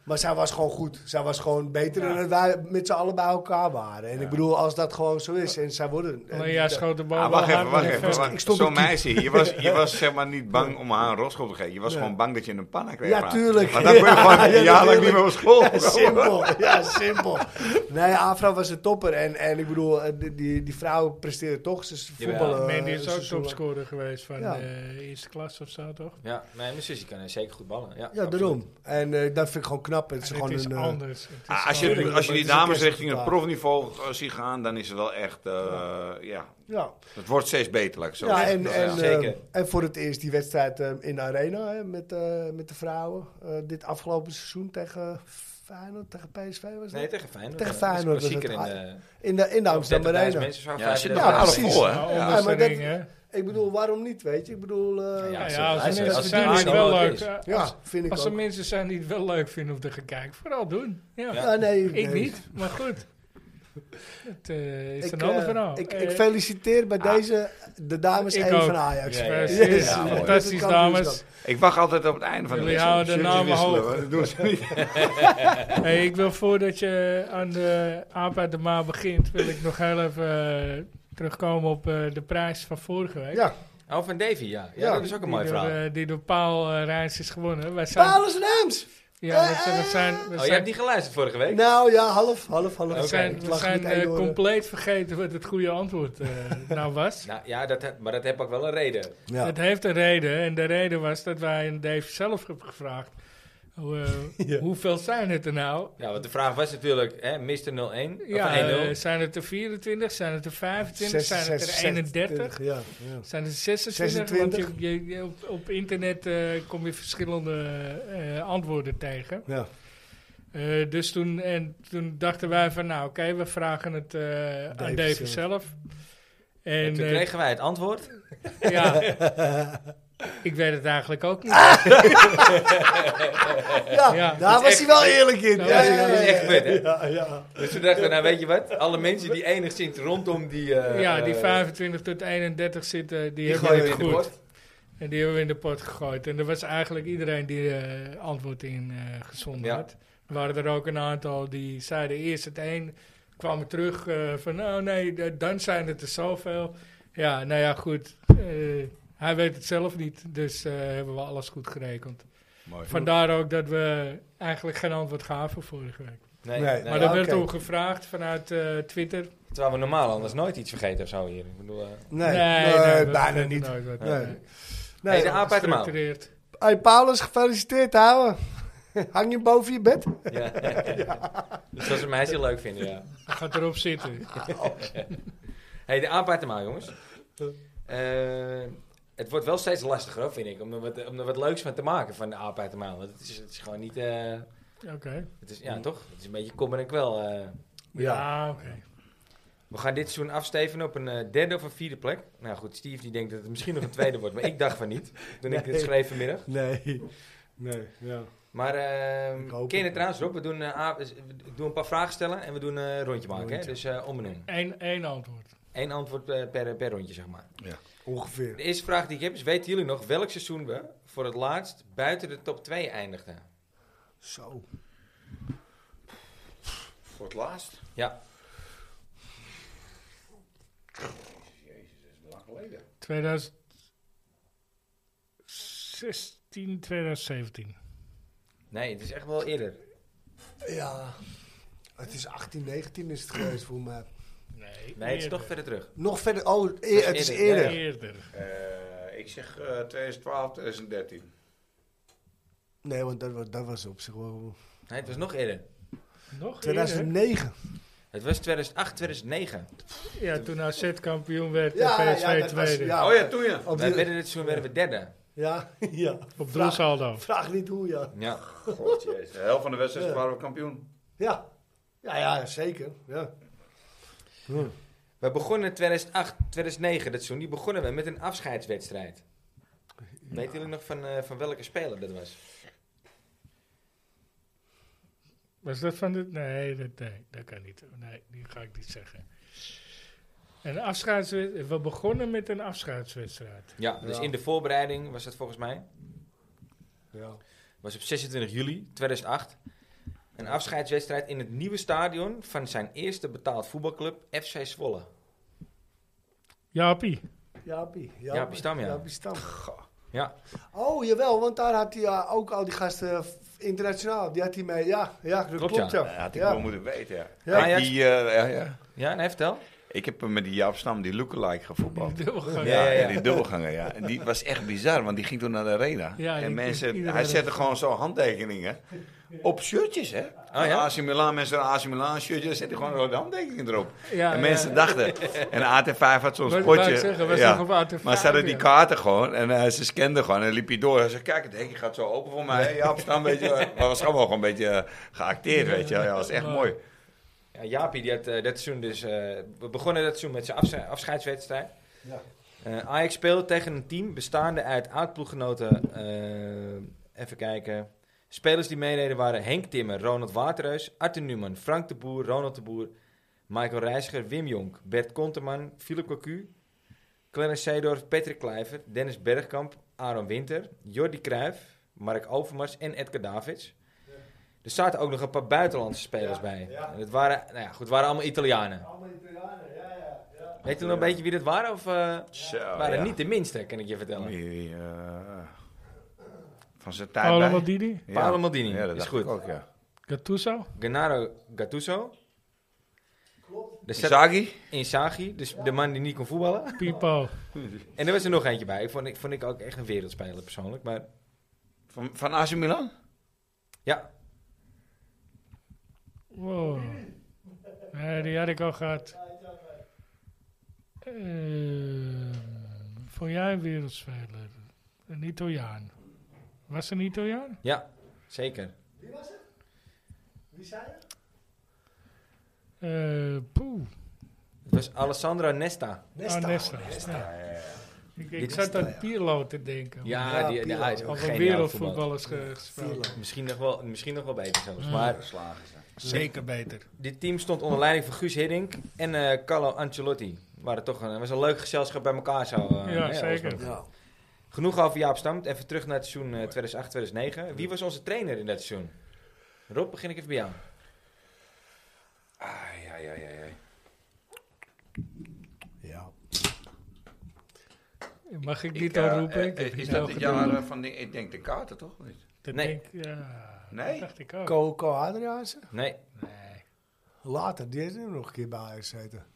Maar zij was gewoon goed. Zij was gewoon beter dan dat wij met z'n allen bij elkaar waren. En ik bedoel, als dat gewoon zo is en zij worden... Ja, schoot de bal. Wacht even. Zo'n meisje, je was zeg maar niet bang om haar een rotschop te geven. Je was gewoon bang dat je een panna kreeg. Ja, tuurlijk. Maar dan kon je gewoon een jaar lang niet meer op school. Ja, simpel. Nee, Afra was een topper. En ik bedoel, die vrouw presteerde toch. Ze voetballen... Mandy is ook topscorer geweest van eerste klas of zo, toch? Ja, mijn zusje kan zeker goed ballen. Ja, daarom. En dat vind ik gewoon knap. Het is gewoon het is anders. Als je die dames richting het profniveau ziet gaan, dan is het wel echt... Het wordt steeds beter, laat ik zo zeggen. Zeker. En voor het eerst die wedstrijd in de arena met de vrouwen. Dit afgelopen seizoen tegen Feyenoord, tegen PSV was dat? Nee, tegen Feyenoord. Tegen Feyenoord was het. In de Amsterdam Arena. Ja, precies. Ik bedoel, waarom niet, weet je? Ik bedoel... Als er mensen zijn die het wel leuk vinden om te gaan kijken, vooral doen. Ik niet, maar goed. Het is een ander verhaal. Ik feliciteer bij deze de dames 1 van Ajax. Fantastisch, dames. Ik wacht altijd op het einde van de wedstrijd. Jullie houden de namen hoog. Dat doen ze niet. Ik wil voordat je aan de Aap uit de Maa begint, wil ik nog heel even terugkomen op de prijs van vorige week. Ja. Oh, van Davy, ja. Dat is ook een mooi verhaal. Die door Paul Rijns is gewonnen. Paul is een Eems! Ja, je hebt niet geluisterd vorige week? Nou ja, half. We zijn compleet vergeten wat het goede antwoord nou was. Nou ja, maar dat heeft ook wel een reden. Ja. Het heeft een reden. En de reden was dat wij aan Dave zelf hebben gevraagd. Hoeveel zijn het er nou? Ja, want de vraag was natuurlijk, Mr. 01 ja, zijn het er 24? Zijn het er 25? Zijn het er 31? Zijn het er 26? Want je op internet kom je verschillende antwoorden tegen. Ja. Dus toen dachten wij van, nou oké, we vragen het aan Dave zelf. En toen kregen wij het antwoord. Ja. Ik weet het eigenlijk ook niet. Daar was hij wel eerlijk in. Dat is echt gebeurd, hè? Ja. Dus toen dachten we, nou weet je wat? Alle mensen die enigszins rondom die... die 25 tot 31 zitten, die hebben we in de pot. En die hebben we in de pot gegooid. En er was eigenlijk iedereen die antwoord in gezonden had. Er waren er ook een aantal die zeiden eerst het een, kwamen terug van, nou nee, dan zijn het er zoveel. Ja, nou ja, goed. Hij weet het zelf niet, dus hebben we alles goed gerekend. Mooi. Vandaar ook dat we eigenlijk geen antwoord gaven vorige week. Nee. Maar dat werd toen gevraagd vanuit Twitter. Terwijl we normaal anders nooit iets vergeten of zo hier. Ik bedoel, nee, bijna niet. Nee, de Aap uit de Mouw. Hey Paulus, gefeliciteerd houden. Hang je boven je bed? Ja. Dus dat ze mij heel leuk vinden, ja. Hij gaat erop zitten. Hey, de Aap uit de Mouw, jongens. Het wordt wel steeds lastiger, vind ik, om er wat leuks van te maken van de Aap uit de Mouw. Want het is gewoon niet... Oké. Ja, toch? Het is een beetje kommer en kwel. Oké. We gaan dit seizoen afstevenen op een derde of een vierde plek. Nou goed, Steve die denkt dat het misschien nog een tweede wordt, maar ik dacht van niet. Toen ik dit schreef vanmiddag. Nee, ja. Maar ken je het trouwens, Rob? We doen een paar vragen stellen en we doen een rondje maken. Hè? Dus om en om. Eén antwoord. 1 antwoord per rondje, zeg maar. Ja, ongeveer. De eerste vraag die ik heb is, weten jullie nog welk seizoen we voor het laatst buiten de top 2 eindigden? Zo. Voor het laatst? Ja. Jezus, dat is lang geleden. 2016, 2017. Nee, het is echt wel eerder. Ja, het is 18, 19 is het geweest voor mij. Nee, het is toch verder terug. Nog verder? Oh, het is eerder. Ik zeg 2012, 2013. Nee, want dat was op zich wel... Nee, het was nog eerder. Nog 2009. Eerder? Het was 2008, 2009. Ja, toen AZ kampioen werd en PSV tweede. Toen ja. Wij werden dit seizoen werden we derde. Ja. Op doelsaldo. Vraag niet hoe, ja. God, jezus. De helft van de wedstrijd waren we kampioen. Ja, zeker. Ja. We begonnen in 2008, 2009, dat seizoen. Die begonnen we met een afscheidswedstrijd. Weten jullie nog van welke speler dat was? Was dat van de... Nee, dat kan niet. Nee, die ga ik niet zeggen. Een afscheidswedstrijd. We begonnen met een afscheidswedstrijd. Ja, dus in de voorbereiding was dat volgens mij. Ja. Was op 26 juli 2008. Een afscheidswedstrijd in het nieuwe stadion van zijn eerste betaald voetbalclub, FC Zwolle. Jaapie Stam, ja. Jaapie Stam. Ja. Oh, jawel, want daar had hij ook al die gasten internationaal. Die had hij mee. Ja, dat klopt. Ja, had ik wel moeten weten, ja. Ja, nee, vertel. Ik heb met die Jaap Stam, die lookalike gevoetbald. Die dubbelganger. Ja, die dubbelganger, ja. En die was echt bizar, want die ging toen naar de arena. Ja, en hij zette gewoon zo handtekeningen op shirtjes, hè. AC Milan, mensen AC Milan shirtjes, zette gewoon de handtekeningen erop. Ja, en mensen dachten, en AT5 had zo'n spotje. Maar ze hadden die kaarten gewoon, en ze scanden gewoon, en liep hij door. Hij zei, kijk, het hekje gaat zo open voor mij. Jaap Stam, weet je. Maar was gewoon een beetje geacteerd, weet je. Ja, dat was echt mooi. Ja, Jaapie, die had dat seizoen dus... we begonnen dat seizoen met zijn afscheidswedstrijd. Ja. Ajax speelde tegen een team bestaande uit oud-ploeggenoten... even kijken. Spelers die meededen waren Henk Timmer, Ronald Waterreus, Arthur Newman, Frank de Boer, Ronald de Boer, Michael Reiziger, Wim Jonk, Bert Konterman, Philip Cocu, Clarence Seedorf, Patrick Kluivert, Dennis Bergkamp, Aaron Winter, Jordi Cruijff, Mark Overmars en Edgar Davids. Er zaten ook nog een paar buitenlandse spelers bij. Ja. En het waren, waren allemaal Italianen. Weet je nog een beetje wie dat waren? Of waren niet de minste, kan ik je vertellen. Van zijn tijd Paolo Maldini? Paolo Maldini, ja, dat is goed. Ook, ja. Gattuso? Gennaro Gattuso. Inzaghi, dus de man die niet kon voetballen. Pipo. En er was er nog eentje bij. Vond ik ook echt een wereldspeler persoonlijk. Maar... Van AC Milan? Ja. Wow. Nee, die had ik al gehad. Vond jij een wereldspeler? Een Italiaan. Was een Italiaan? Ja, zeker. Wie was het? Wie zei Poeh. Het was Alessandro Nesta. Nesta. Ja. Ik zat aan Pirlo te denken. Ja, die is ook geen wereldvoetballers gespeeld. Misschien nog wel beter zelfs. Maar zeker beter. Dit team stond onder leiding van Guus Hiddink en Carlo Ancelotti. Was een leuk gezelschap bij elkaar zo. Zeker. Ja. Genoeg over Jaap Stam. Even terug naar het seizoen 2008-2009. Wie was onze trainer in dat seizoen? Rob, begin ik even bij jou. Ja. Mag ik niet al roepen? Is dat het jaar van ik denk de kaarten toch? Nee. Nee? Dat dacht ik ook. Co Adriaanse? Nee. Later, die heeft er nog een keer bij gezeten.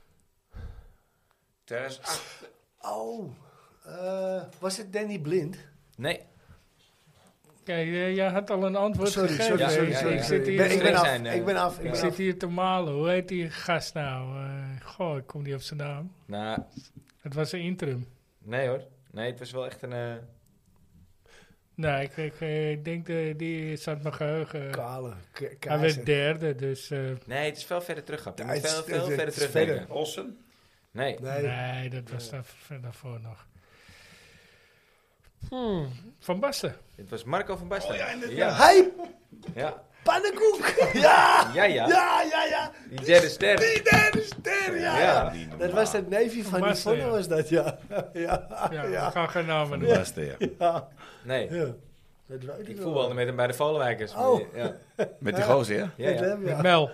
2008. Oh, was het Danny Blind? Nee. Kijk, jij had al een antwoord gegeven. Sorry. Ik zit hier, Ik ben af. Ik zit hier te malen. Hoe heet die gast nou? Ik kom niet op zijn naam. Nou, het was een interim. Nee hoor. Nee, het was wel echt een... Nee, ik denk die zat mijn geheugen. Kale. Hij werd derde, dus... Nee, het is veel verder terug. Veel verder terug. Olsen? Nee, dat was daarvoor nog. Van Basten. Het was Marco van Basten. Ja. Hij! Ja. Pannenkoek! Ja! Ja. Die derde ster. Ja. Dat was het neefje van die Vonne, was dat, ja. We gaan geen namen noemen. Ja. Nee. Ja. Ik voetbalde met hem bij de Volenwijkers. Oh. Ja. Met die gozer, ja? Ja. Met Mel.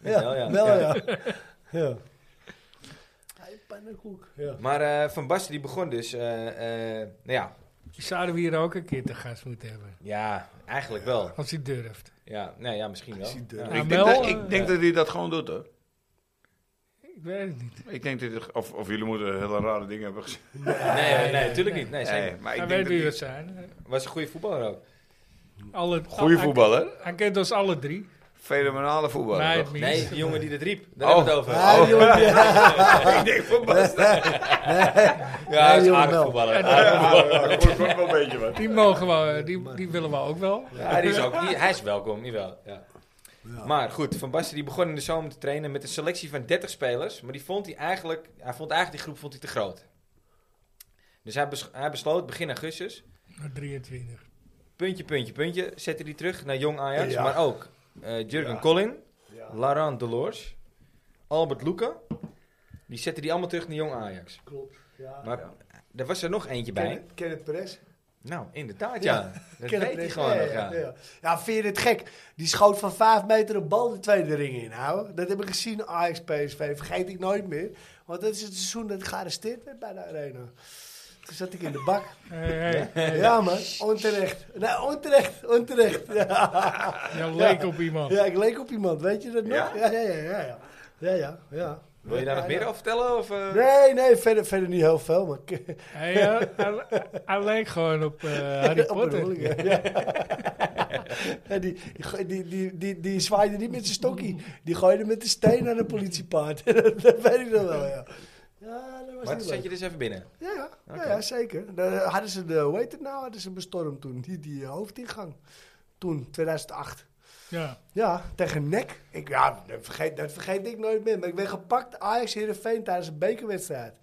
Ja. Pannenkoek. Ja. Maar Van Basten die begon dus, Die zouden we hier ook een keer te gast moeten hebben. Ja, eigenlijk wel. Als hij durft. Ja, misschien wel. Ik denk dat hij dat gewoon doet, hoor. Ik weet het niet. Ik denk dat of jullie moeten hele rare dingen hebben gezien. Nee, natuurlijk niet. Nee, zeker. Maar hij weet wie we zijn. Was een goede voetballer ook. Goeie voetballer? Hij kent ons alle drie. Fenomenale voetballer. Nee, die jongen die dat riep. Daar hebben we het over. Ik denk Van Basten. Ja, hij is een aardig voetballer. Wel een beetje wat. Die mogen we, die willen we ook wel. Ja, hij is welkom, niet wel. Ja. Ja. Maar goed, Van Basten die begon in de zomer te trainen met een selectie van 30 spelers. Maar die vond hij vond eigenlijk die groep te groot. Dus hij besloot begin augustus. 23. Puntje. Zette hij terug naar Jong Ajax. Ja. Maar ook Jurgen Collin, Laurent Delors, Albert Luca. Die zette die allemaal terug naar Jong Ajax. Klopt. Ja. Maar er was er nog eentje bij. Kenneth Perez. Nou, inderdaad, ja. Dat weet hij gewoon nog, Ja, vind je het gek? Die schoot van 5 meter een bal de tweede ring in, ouwe. Dat heb ik gezien, Ajax PSV. Vergeet ik nooit meer. Want dat is het seizoen dat ik gearresteerd werd bij de Arena. Toen zat ik in de bak. Ja, man. Onterecht. Nee, onterecht. Ja. Je leek op iemand. Ja, ik leek op iemand. Weet je dat nog? Ja. Wil je daar nog meer over vertellen? Of, Nee, verder niet heel veel. Maar Hij leek gewoon op Harry Potter. Die zwaaide niet met zijn stokkie. Die gooide met de steen aan een politiepaard. Dat weet ik nog wel, ja. Ja, dat was maar zet je dus even binnen? Ja, zeker. Daar hadden ze hoe heet het nou? Hadden ze bestormd toen. Die hoofdingang. Toen, 2008. Ja, tegen NEC. Dat vergeet ik nooit meer. Maar ik ben gepakt, Ajax Heerenveen, tijdens een bekerwedstrijd.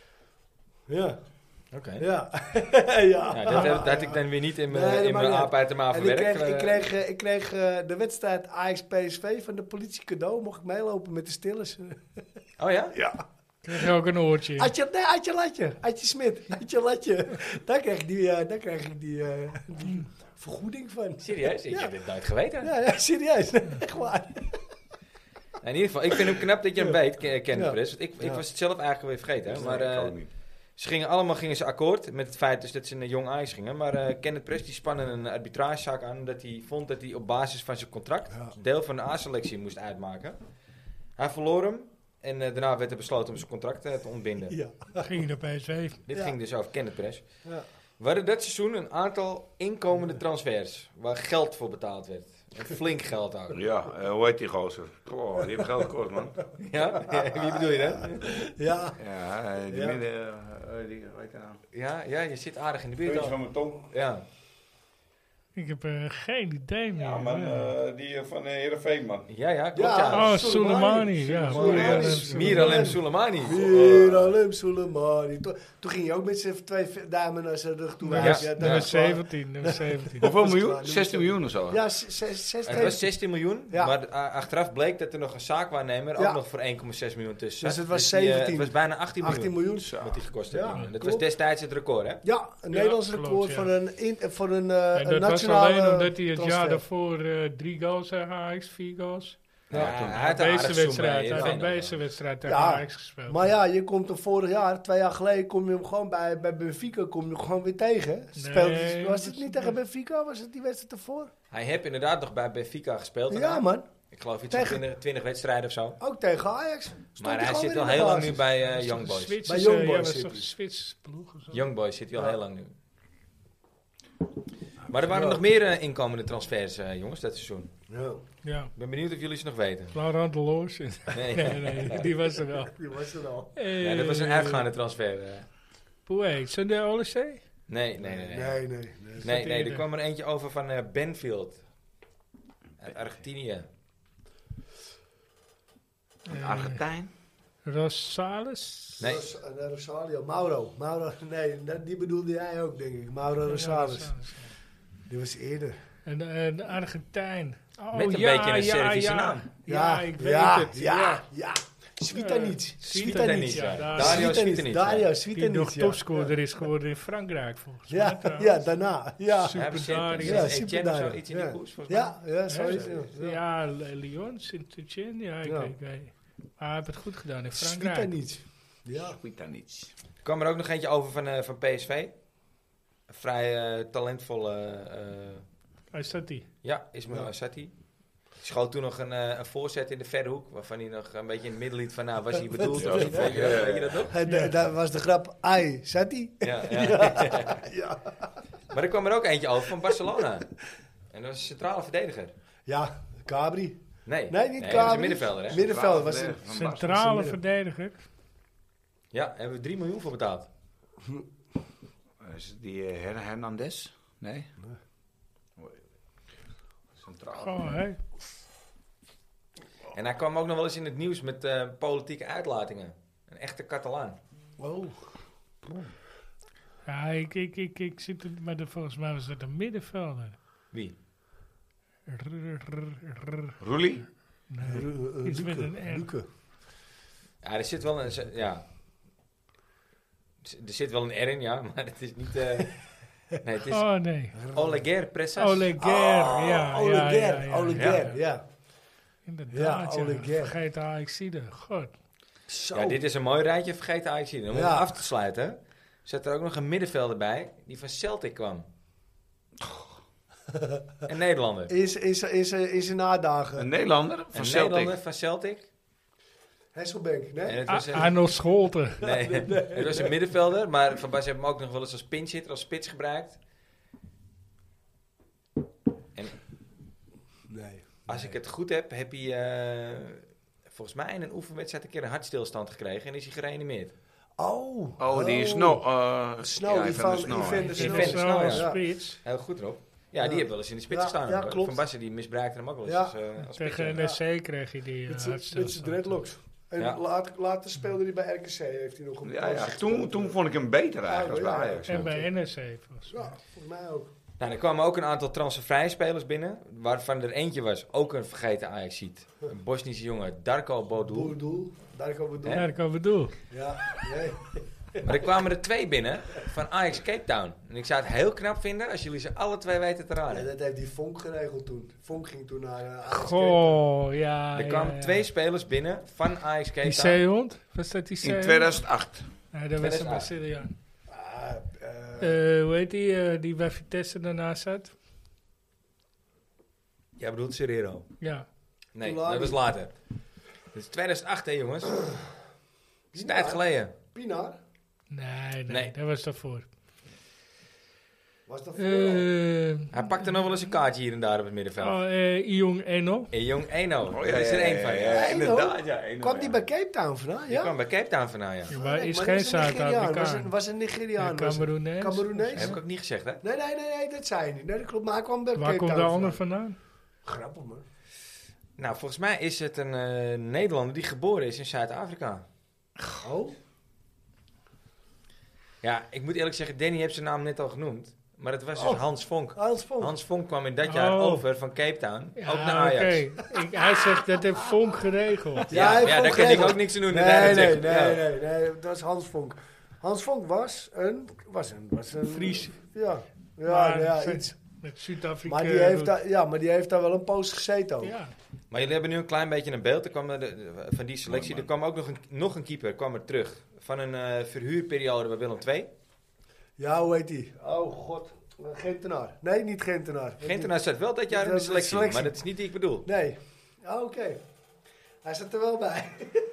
Ja. Oké. Ja. Dat had ik dan weer niet in mijn aap uit de maag verwerkt. Ik kreeg de wedstrijd Ajax PSV van de politie cadeau. Mocht ik meelopen met de stillers. Oh ja? Ja. Krijg je ook een oortje? Adje Latje. Adje Smit. Adje Latje. Daar krijg ik die vergoeding van. Serieus? Ik heb dit nooit geweten. Ja, serieus. Echt waar. In ieder geval, ik vind hem knap dat je hem weet, Kenneth Press. Ik was het zelf eigenlijk weer vergeten. Hè? Maar ze gingen ze akkoord met het feit dus dat ze naar Jong Ajax gingen. Maar Kenneth Press die spannen een arbitragezaak aan omdat hij vond dat hij op basis van zijn contract deel van de A-selectie moest uitmaken. Hij verloor hem. En daarna werd er besloten om zijn contract te ontbinden. Ja. Ging naar PSV. Dit ging dus over Kenneth Press. Ja. We hadden dat seizoen een aantal inkomende transfers waar geld voor betaald werd. En flink geld ook. Ja, hoe heet die gozer? Oh, die heeft geld gekost, man. Ja? Wie bedoel je dan? Ja. Ja, die midden... die weet je nou. Ja, je zit aardig in de buurt. Puntje van mijn tong. Ja. Ik heb geen idee meer. Ja, man, die van Heerenveen, man. Ja, klopt ja. Oh, Soleimani. Ja. Miralem Soleimani. Miralem Soleimani. Toen ging je ook met z'n 2 duimen naar zijn rug toe. Nummer 17. Hoeveel miljoen? 16 miljoen of zo? Ja, 16. Het was 16 miljoen, maar achteraf bleek dat er nog een zaakwaarnemer ook nog voor 1,6 miljoen tussen zat. Dus het was 17. Het was bijna 18 miljoen. Wat die gekost heeft. Dat was destijds het record, hè? Ja, een Nederlands record voor een nationale... Alleen omdat hij het jaar daarvoor 3 goals tegen Ajax, 4 goals. Ja, hij had de beste wedstrijd tegen Ajax gespeeld. Maar ja, je komt er vorig jaar, 2 jaar geleden, kom je hem gewoon bij Benfica gewoon weer tegen. Was het niet tegen Benfica? Was het die wedstrijd ervoor? Hij heeft inderdaad nog bij Benfica gespeeld. Ja, man. Ik geloof iets van 20 wedstrijden of zo. Ook tegen Ajax. Maar hij zit al heel lang nu bij Young Boys. Bij Young Boys zit hij. Zwits ploeg of zo. Young Boys zit hij al heel lang nu. Maar er waren nog meer inkomende transfers, jongens, dat seizoen. Ja. Ik ben benieuwd of jullie ze nog weten. Laurent Deloos. Nee, die was er al. Ja, dat was een uitgaande transfer. Hoe heet ze? De Olysee? Nee. Er kwam er eentje over van Benfield. Uit Argentinië. Argentijn? Rosales? Nee. Rosalio. Mauro, nee, die bedoelde jij ook, denk ik. Mauro Rosales. Die was eerder. En de Argentijn. Oh, met een beetje een Servische naam. Ja, ik weet het. Ja. Svitanic. Dario Svitanic. Die nog topscorer is geworden in Frankrijk, volgens mij. Ja, daarna. Ja. Super Dario. Ja, super Dario. Iets in die koers, volgens mij. Ja, zoiets. Ja, Lyon, Saint-Etienne. Ja, ik weet. Maar hij heeft het goed gedaan in Frankrijk. Svitanic. Er kwam er ook nog eentje over van PSV. Een vrij talentvolle... Aysati. Ja, Ismail Aysati. Schoot toen nog een voorzet in de verre hoek, waarvan hij nog een beetje in het midden liet van, nou, was hij bedoeld of niet? Weet je dat nog? Dat was de grap, Aysati. Ja. Maar er kwam er ook eentje over van Barcelona. En dat was een centrale verdediger. Ja, Cabri. Nee, niet Cabri. Dat was een middenvelder, hè? Middenvelder was een centrale verdediger. Ja, hebben we 3 miljoen voor betaald. Is het die Hernandez? Nee. Oh, hey. En hij kwam ook nog wel eens in het nieuws met politieke uitlatingen. Een echte Catalaan. Oh. Ja, ik zit er, maar volgens mij was dat een middenvelder. Wie? Roelie? Nee, iets met een R. Ja, er zit wel een... Ja. Er zit wel een R in, ja, maar het is niet... Nee, het is Oleguer Pressas. Oleguer, ja. Inderdaad, ja. Oleguer. Vergeet Ajaxide. God. Ja, dit is een mooi rijtje. Vergeet Ajaxide. Om het af te sluiten, zat er ook nog een middenvelder bij die van Celtic kwam. Een Nederlander. In zijn nadagen. Een Nederlander van Celtic. Hesselbank, nee? Arnold Scholten. Nee, het was een middenvelder, maar Van Basten heeft hem ook nog wel eens als pinchitter, als spits gebruikt. En als ik het goed heb, heb hij volgens mij in een oefenwedstrijd een keer een hartstilstand gekregen en is hij gereanimeerd. Die Snow. Snow, die van Snow, spits. Heel goed erop. Ja, die heeft wel eens in de spits gestaan. Ja, klopt. Van Basten die misbruikte hem ook wel eens als tegen NEC kreeg hij die met zijn dreadlocks. En later speelde hij bij RKC. Heeft hij nog een toen vond ik hem beter eigenlijk als bij Ajax. En bij NEC. Ja, volgens mij ook. Nou, er kwamen ook een aantal transfervrije spelers binnen, waarvan er eentje was ook een vergeten Ajaxiet. Een Bosnische jongen, Darko Bodoul. Darko Bodoul. Ja, nee. Maar er kwamen er 2 binnen van Ajax Cape Town. En ik zou het heel knap vinden als jullie ze alle 2 weten te raden. Ja, dat heeft die Vonk geregeld toen. Vonk ging toen naar Ajax Cape Town. Ja. Er kwamen 2 spelers binnen van Ajax Cape Town. Die zeehond? Was dat die zeehond? In 2008. Nee, dat was een Braziliaan. Hoe heet die bij Vitesse daarnaast zat? Jij bedoelt Serrero? Ja. Nee, dat was later. Dat is 2008, hè jongens? Dat is een tijd geleden. Pinar? Nee, dat was daarvoor. Was dat voor Hij pakte nog wel eens een kaartje hier en daar op het middenveld. Iyong Eno. Iyong Eno. Dat is er één van. Ja, inderdaad. Kwam die bij Cape Town vandaan? Ja? Die kwam bij Cape Town vandaan, ja. Maar is geen Zuid-Afrikaan. Was een Nigeriaan. Cameroenees. Dat heb ik ook niet gezegd, hè? Nee, dat zei je niet. Nee, dat klopt. Maar hij kwam bij Cape Town. Waar komt de ander vandaan? Grappig, man. Nou, volgens mij is het een Nederlander die geboren is in Zuid-Afrika. Oh? Ja, ik moet eerlijk zeggen, Danny heeft zijn naam net al genoemd. Maar het was dus Hans Vonk. Hans Vonk kwam in dat jaar over van Cape Town. Ja, ook naar Ajax. Hij zegt dat heeft Vonk geregeld. Ja, daar kan ik ook niks aan doen. Nee, dat was Hans Vonk. Hans Vonk was een Fries. Ja, iets. Met Zuid-Afrika. Maar die heeft daar wel een poos gezeten ook. Ja. Maar jullie hebben nu een klein beetje een beeld. Er kwam van die selectie. Er kwam ook nog een keeper kwam er terug. Van een verhuurperiode bij Willem II. Ja, hoe heet die? Oh god. Gentenaar. Nee, niet Gentenaar. Gentenaar zat wel dat jaar in de selectie. Maar dat is niet die ik bedoel. Nee. Oké. Hij zat er wel bij.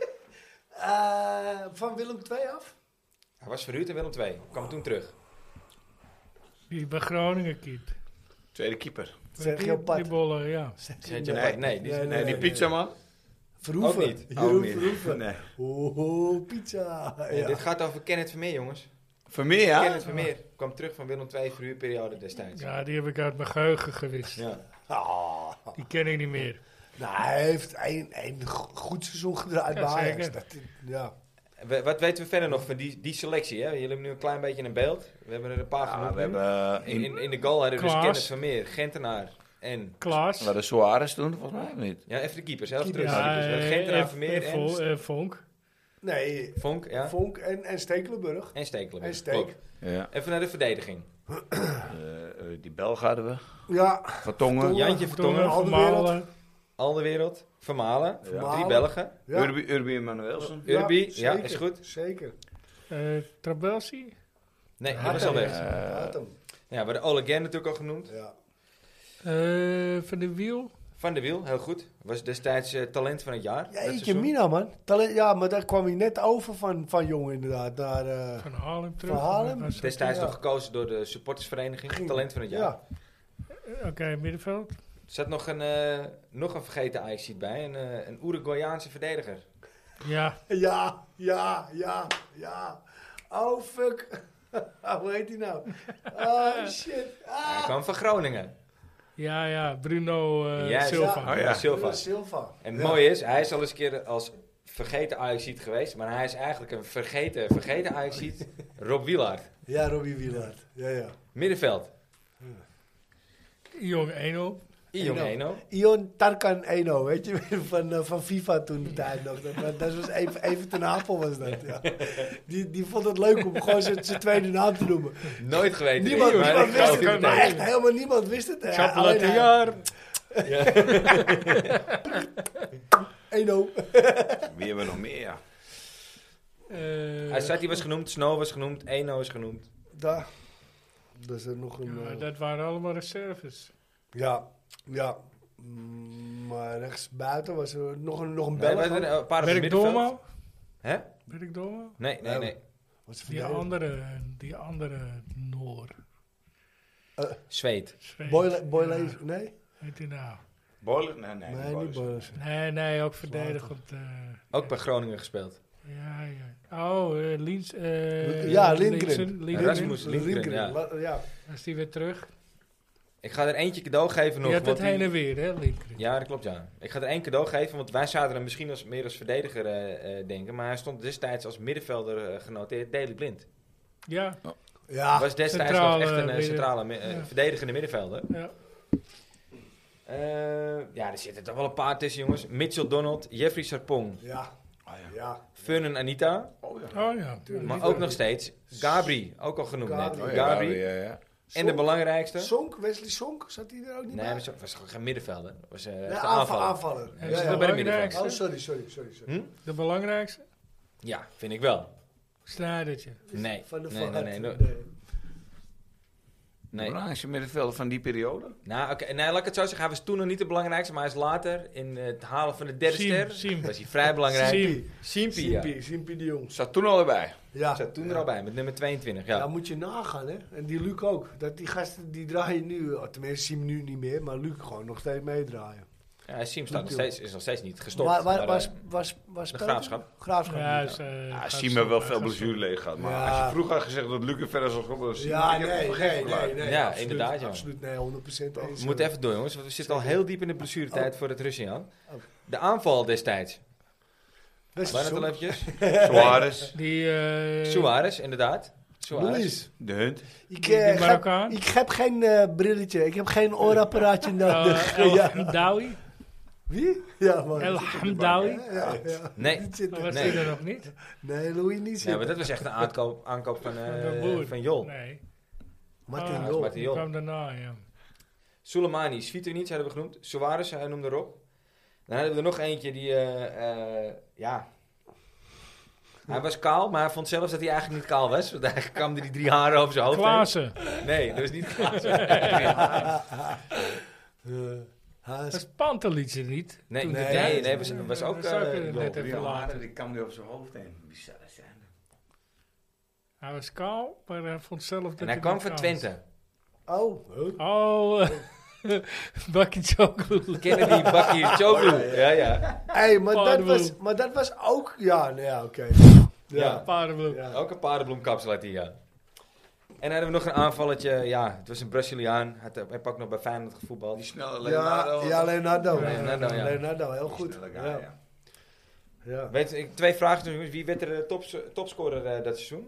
Van Willem II af? Hij was verhuurd in Willem II. Kwam toen terug. Die bij Groningen keept. Tweede keeper. Sergio Pat. Die bollen, ja. Nee, die pizzaman. Verhoeven. Ook niet. Verhoeven. Nee. Pizza. Ja. Dit gaat over Kenneth Vermeer, jongens. Vermeer, ja? Kenneth Vermeer kwam terug van Willem II verhuurperiode destijds. Ja, die heb ik uit mijn geheugen gewist. Ja. Die ken ik niet meer. Nou, hij heeft een goed seizoen gedraaid bij Ajax. Wat weten we verder nog van die selectie? Hè? Jullie hebben nu een klein beetje een beeld. We hebben er een paar genoemd. We hebben in de goal hadden we dus Kenneth Vermeer, Gentenaar en... Klaas. We hadden Suarez toen, volgens mij, of niet? Ja, even de keepers. Zelf terug. Ja, Gentenaar, Vermeer en... Vonk. Nee. Vonk, ja. Vonk en Stekelenburg. En Stekelenburg. En Steek. Ja. Even naar de verdediging. Die Belg hadden we. Ja. Vertongen. Jantje Vertongen. Alderwereld. Vermalen. 3 Belgen. Ja. Urbi Emanuelsen. Urbi, ja, zeker, is goed. Zeker. Trabelsi? Nee, dat was al weg. Ja, we hadden Oleguer natuurlijk al genoemd. Ja. Van de Wiel? Van de Wiel, heel goed. Was destijds talent van het jaar. Jeetje, Mina, man. Ja, maar daar kwam hij net over van Jong inderdaad. Naar, van Haarlem terug. Van Haarlem. Destijds nog gekozen door de supportersvereniging. Talent van het jaar. Ja. Oké, middenveld. Er zat nog een vergeten Ajaxiet bij. Een Uruguayaanse verdediger. Ja. Ja. Oh, fuck. Hoe heet hij nou? Oh, shit. Hij kwam van Groningen. Ja, Bruno Silva. Silva. En het mooie is, hij is al eens een keer als vergeten Ajaxiet geweest. Maar hij is eigenlijk een vergeten Ajaxiet. Rob Wielaert. Ja, Robbie Wielaert. Ja. Middenveld. Jong Eno. Ion Tarkan Eno, weet je, van FIFA toen de tijd nog. Dat was even ten Apel was dat, ja. Die vond het leuk om gewoon zijn tweede naam te noemen. Nooit geweten. Niemand wist het, maar echt helemaal niemand wist het. Chapelatillard. Ja. Eno. Wie hebben we nog meer, ja? Hij was genoemd, Snow was genoemd, Eno is genoemd. Daar. Dat is er nog een... dat waren allemaal reserves. Ja. Maar rechts buiten was er nog een Belg. Berk Domo? Hè? Berk Domo? Nee. Die andere Noor. Zweet. Boyle, nee? Heet die nou? Boiler? Nee, niet Boyle. Nee, ook verdedigend. Ook bij Groningen gespeeld. Ja. Oh, Lins. Lindgren. Rasmus Lindgren, ja. Is die weer terug? Ik ga er eentje cadeau geven nog. Je hebt het heen en weer, hè, Lindgren? Ja, dat klopt, ja. Ik ga er één cadeau geven, want wij zouden hem misschien meer als verdediger denken. Maar hij stond destijds als middenvelder genoteerd, Daley Blind. Ja. Ja. Was destijds nog echt een centrale verdedigende middenvelder. Ja. Er zitten toch wel een paar tussen, jongens. Mitchell Donald, Jeffrey Sarpong. Ja. Fun en Anita. Oh ja. Maar ook nog steeds Gabri, ook al genoemd net. Gabri. Ja. En de belangrijkste. Wesley Sonk, zat hij er ook niet bij? Nee, was gewoon geen middenvelder. Was aanvaller. Ja, bij de middenvelder. Oh, sorry. De belangrijkste? Ja, vind ik wel. Snijdertje. Nee. De belangrijkste middenvelder van die periode? Nou, oké. Nee, laat ik het zo zeggen. Hij was toen nog niet de belangrijkste, maar hij is later in het halen van de derde ster. Was hij vrij belangrijk. Simpie de Jong. Zat toen al erbij. Ja. Zat toen er al bij, met nummer 22. Ja. Ja, moet je nagaan, hè. En die Luc ook. Dat die gasten, die draaien nu, tenminste Siem nu niet meer, maar Luc gewoon nog steeds meedraaien. Ja, Siem is nog steeds niet gestopt. Was de Graafschap. Ja, Siem heeft wel veel blessureleed gehad. Maar als je vroeger had gezegd dat Luc er verder zou komen, Siem nee. Ja, absoluut, inderdaad, ja. Absoluut, nee, 100% eens. We moeten even door, jongens, want we zitten al heel diep in de blessuretijd voor het Russiaan. De aanval destijds. Waar het al eventjes? Suarez, inderdaad. Luis. De Hunt. Ik heb geen brilletje. Ik heb geen oorapparaatje nodig. El Hamdawi. Wie? Ja, man. El Hamdawi. Ja. Nee. Maar was die er nog niet? Nee, Louis niet. Ja, maar dat was echt een aankoop van Jol. Nee. Martin Jol. Die kwam daarna, ja. Soleimani, Svitinic hadden we genoemd. Suarez, hij noemde erop. Dan hadden we er nog eentje die, hij was kaal, maar hij vond zelfs dat hij eigenlijk niet kaal was. Want eigenlijk kwam die 3 haren over zijn hoofd. Klaassen. Nee, dat was niet Klaassen. Was Pantelic er niet? Nee, was ook... net even later. Die kwam nu op zijn hoofd heen. Bizar zijn. Hij was kaal, maar hij vond zelf dat en hij kwam van Twente. Oh, Bakkie Choglu. Kennen die Bakkie Choglu? Ja. Hey, maar dat was ook... Ja, nee, oké. Ja, paardenbloem. Ja. Ook een paardenbloemkapsel had hij, ja. En dan hadden we nog een aanvalletje. Ja, het was een Braziliaan. Hij heeft ook nog bij Feyenoord gevoetbald. Die snelle Leonardo. Ja, Leonardo. Leonardo, heel goed. Ja. Weet je, 2 vragen, jongens. Wie werd er de topscorer dat seizoen?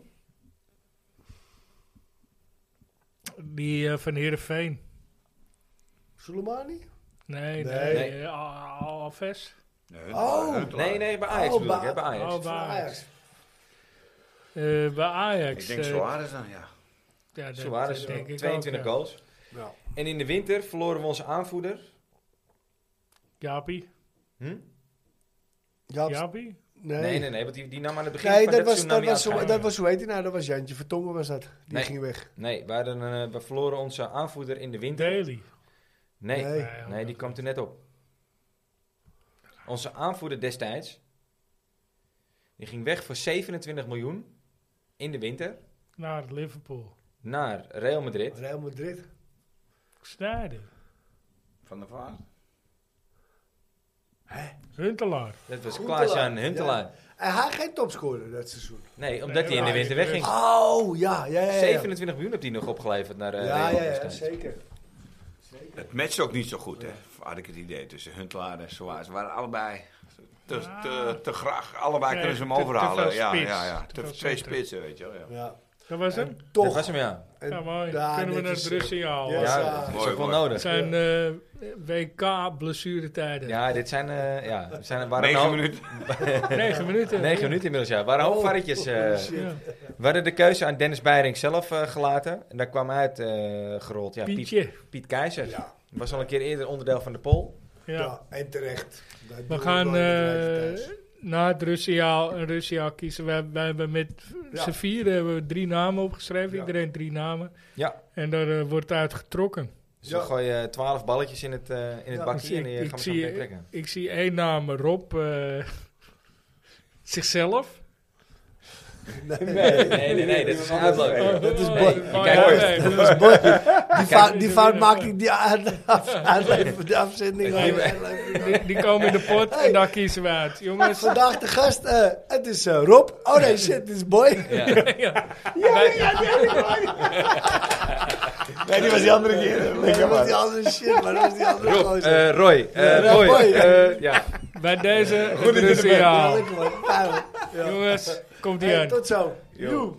Die van Heerenveen. Soleimani? Nee. Alves. Nee, bij Ajax bedoel ik. Bij Ajax. Bij Ajax. Ik denk Suarez dan, ja. Suarez, 22 goals. Ja. En in de winter verloren we onze aanvoerder. Jaapie. Jaapie? Nee, want die nam aan het begin van het seizoen dat was, hoe heet hij nou? Dat was Jantje Vertongen was dat. Die ging weg. Nee, we verloren onze aanvoerder in de winter. Daly. Nee, die kwam er net op. Onze aanvoerder destijds, die ging weg voor 27 miljoen in de winter. Naar Liverpool. Naar Real Madrid. Snijder. Van der Vaart. Huntelaar. Dat was Klaas-Jan Huntelaar. Ja. En hij geen topscorer dat seizoen. Nee, omdat hij in de winter wegging. Oh, ja. 27 miljoen heeft hij nog opgeleverd naar Real Madrid. Ja, zeker. Het matchte ook niet zo goed, hè. Had ik het idee tussen Huntelaar en Suarez. Ze waren allebei te graag. Allebei kunnen ze hem overhalen. Ja. Twee spitsen, weet je wel. Ja. Dat was hem? Toch. Dat was hem, ja. Ja, mooi. Kunnen we naar het rustsignaal. Ja, dat is ook wel nodig. Het zijn WK-blessuretijden. Ja, dit zijn... waren 9 minuten. 9 minuten. 9 minuten inmiddels, ja. Waren hoogvarretjes. We hadden de keuze aan Dennis Beiring zelf gelaten. En daar kwam uit gerold. Ja, Piet Keizer. Ja. Was al een keer eerder onderdeel van de poll. Ja, en terecht. We gaan na het Russiaal kiezen. We hebben met z'n vieren 3 namen opgeschreven. Ja. Iedereen 3 namen. Ja. En daar wordt uitgetrokken. Dus we gooien 12 balletjes in het bakje en die gaan we zo meteen trekken. Ik zie 1 naam, Rob, zichzelf. Nee, dat is een uitloop. Dat is Boy. Die fout maakt ik die afzending. Die komen in de pot en daar kiezen we uit. Jongens. Vandaag de gast, het is Rob. Oh nee, shit, het is Boy. Nee, die was die andere keer. Dat was die andere shit, maar dat was die andere gozer. Roy. Ja. Bij deze goed in signaal. Jongens, komt ie aan. Tot zo. Joe.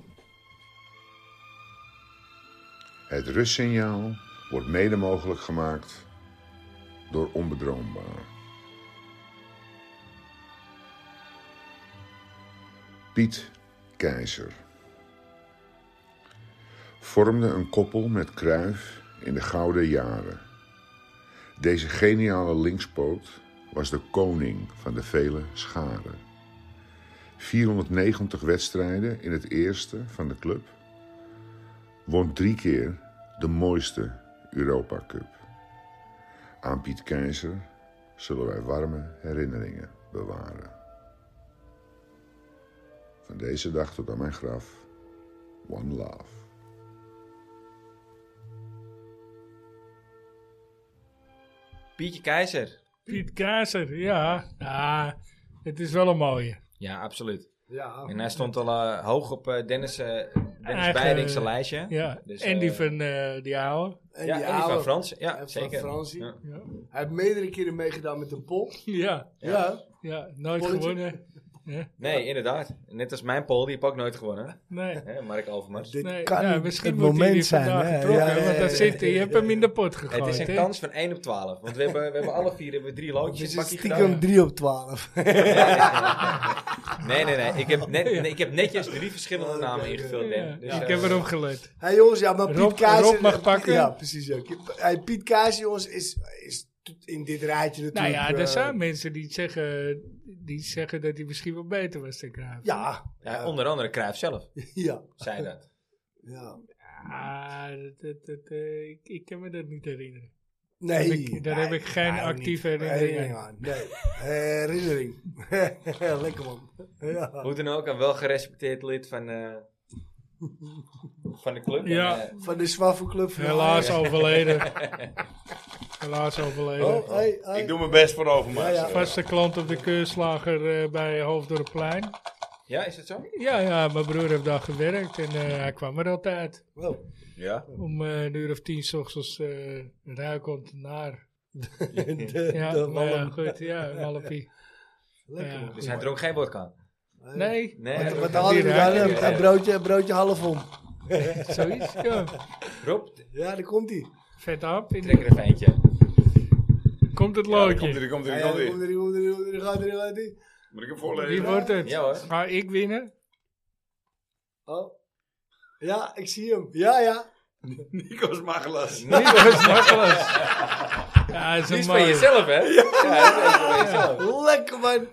Het rustsignaal wordt mede mogelijk gemaakt door Onbedroombaar. Piet Keizer vormde een koppel met Cruijff in de gouden jaren. Deze geniale linkspoot was de koning van de vele scharen. 490 wedstrijden in het eerste van de club. Won 3 keer de mooiste Europa Cup. Aan Piet Keizer zullen wij warme herinneringen bewaren. Van deze dag tot aan mijn graf, One Love. Pietje Keizer. Piet Keizer, ja. Het is wel een mooie. Ja, absoluut. Ja, en hij stond al hoog op Dennis Beiring's lijstje. Ja. Dus, en die van die oude. En die van Frans. Ja, zeker. Van Fransie. Ja. Hij heeft meerdere keren meegedaan met een pol. Ja, nooit Polletje. gewonnen. Ja. Nee, inderdaad. Net als mijn poll, die heb ook nooit gewonnen. Nee. Mark Overmars. Dit kan niet misschien het moet moment die zijn. vandaag Hè? getrokken, want daar zit hij. Je hebt hem in de pot gegooid. Het is een kans van 1 op 12. Want we hebben alle 4 3 loodjes in het bakje gedaan. Stiekem 3 op 12. Nee. Ik heb netjes 3 verschillende namen ingevuld. Dus, ik heb erop gelet. Hey jongens, ja, maar Piet Keizer... Rob mag pakken. Ja, precies. Ja. Hey, Piet Keizer, jongens, is in dit rijtje natuurlijk... Nou ja, er zijn mensen die zeggen dat hij misschien wel beter was dan Cruijff. Ja. Onder andere Cruijff zelf. Ja. Zei dat. Ja. Ik kan me dat niet herinneren. Nee. Daar heb ik geen actieve herinnering aan. Nee, herinnering. Lekker man. Ja. Hoe dan ook, een wel gerespecteerd lid van de club. Ja. En, van de Zwaffelclub. Helaas overleden. Oh, hey. Ik doe mijn best voor Overmars. Ja. Vaste klant op de keurslager bij Hoofddorpplein. Ja, is dat zo? Ja, mijn broer heeft daar gewerkt en hij kwam er altijd. Wow. Ja? Om 1:00 of 10 ochtends ruikend naar. Goed, een halfie. Lekker. Dus hij dronk geen vodka? Nee. Wat hadden we dan? Een broodje half om. Zoiets, ja. Rob? Ja, daar komt hij. Vet op. Trek er even eentje. Komt het loodje. Komt er. Gaat hij. Moet ik hem voorlezen? Wie wordt het? Ja hoor. Ga ik winnen? Oh. Ja, ik zie hem. Ja. Nikos Magelas. Ja, is die is van jezelf, hè? Ja, dat is van jezelf. Lekker man.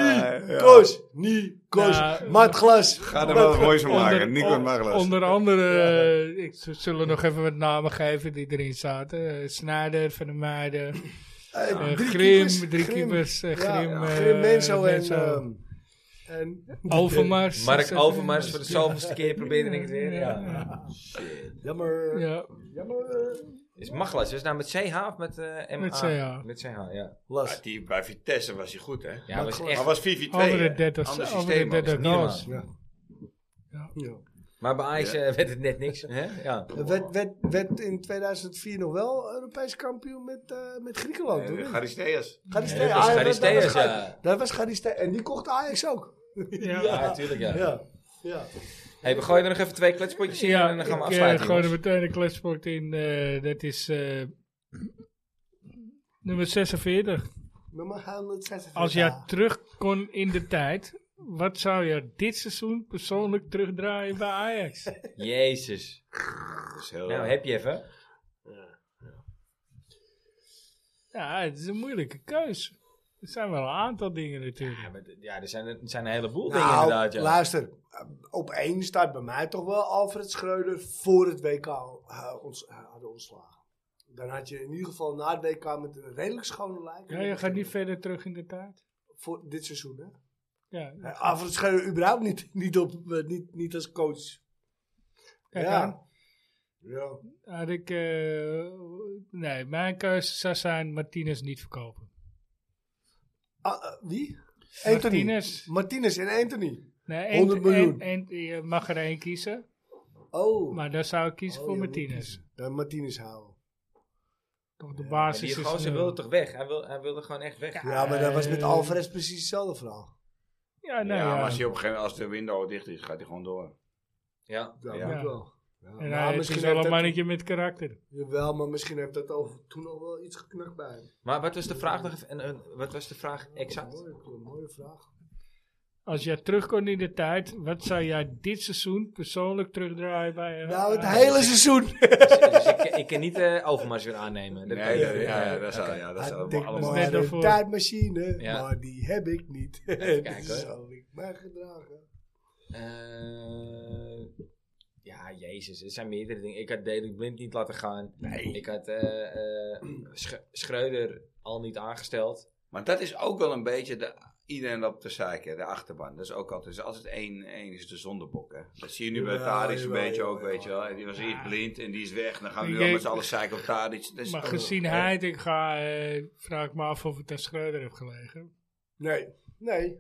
Nikos. Ja. Matglas. Ga er wel wat moois van maken. Nikos Magelas. Onder andere, ik zullen nog even wat namen geven die erin zaten. Snijder, Van der Meijden, Grim, drie keepers. Grim, Menzo en Overmars. Mark Overmars voor de zoveelste keer probeerde ik het weer. Ja. Shit. Jammer. Is Maglas, is nou met CH of met MA? Met CH. Met CH, ja. Ja, bij Vitesse was hij goed, hè? Ja, was echt... Hij was 4-4-2, Over de hè? 30 Ander systeem was het. goals. Ja. Maar bij Ajax werd het net niks. Hè? Ja. Werd in 2004 nog wel Europees kampioen met Griekenland, hoor. Charisteas. Charisteas, ja. Dat was Charisteas. En die kocht Ajax ook. Ja, natuurlijk, ja. Ja. Hey, we gooien er nog even 2 kletspotjes in en dan gaan we afsluiten. Ik gooi er meteen een kletspot in. Dat is nummer 46. Nummer 146. Als jij terug kon in de tijd, wat zou je dit seizoen persoonlijk terugdraaien bij Ajax? Jezus. Nou, heb je even. Ja, het is een moeilijke keus. Er zijn wel een aantal dingen natuurlijk. Ja, er zijn een heleboel dingen inderdaad. Ja. Luister. Op 1 staat bij mij toch wel Alfred Schreuder voor het WK hadden ontslagen. Dan had je in ieder geval na het WK met een redelijk schone lijk. Ja, je gaat niet verder terug in de tijd? Voor dit seizoen, hè? Ja. Alfred Schreuder überhaupt niet als coach. Ja. Had ik... nee, mijn keuze zou zijn Martinez niet verkopen. Wie? Martinez en Anthony. Nee, 100 miljoen. Je mag er 1 kiezen. Oh. Maar dan zou ik kiezen voor Martinez. Dan Martinez houden. Toch de basis die gozer wilde toch weg? Hij wilde gewoon echt weg. Ja, maar dat was met Alvarez precies hetzelfde verhaal. Ja, nee. Maar als hij op een gegeven moment, als de window dicht is, gaat hij gewoon door. Ja. Dat moet wel. Ja, en hij is wel een mannetje met karakter. Jawel, maar misschien heeft dat toen al wel iets geknakt bij hem. Maar wat was de vraag nog even? Wat was de vraag exact? Mooie vraag. Als jij terug kon in de tijd, wat zou jij dit seizoen persoonlijk terugdraaien bij... Nou, het hele seizoen. Dus ik kan niet Overmars weer aannemen. Dat zou allemaal een tijdmachine, maar die heb ik niet. Even kijken, hoor. Zal ik maar gedragen. Ja, jezus, er zijn meerdere dingen. Ik had Daley Blind niet laten gaan. Nee. Ik had Schreuder al niet aangesteld. Maar dat is ook wel een beetje iedereen op de zeiken, de achterban. Dat is ook altijd, er is altijd één is de zondebok. Hè. Dat zie je nu bij Tadic een beetje ook, weet je wel. En die was eerst blind en die is weg. En dan gaan we nu al met z'n allen zeiken op Tadic. Maar gezien vraag ik me af of het aan Schreuder heeft gelegen. Nee.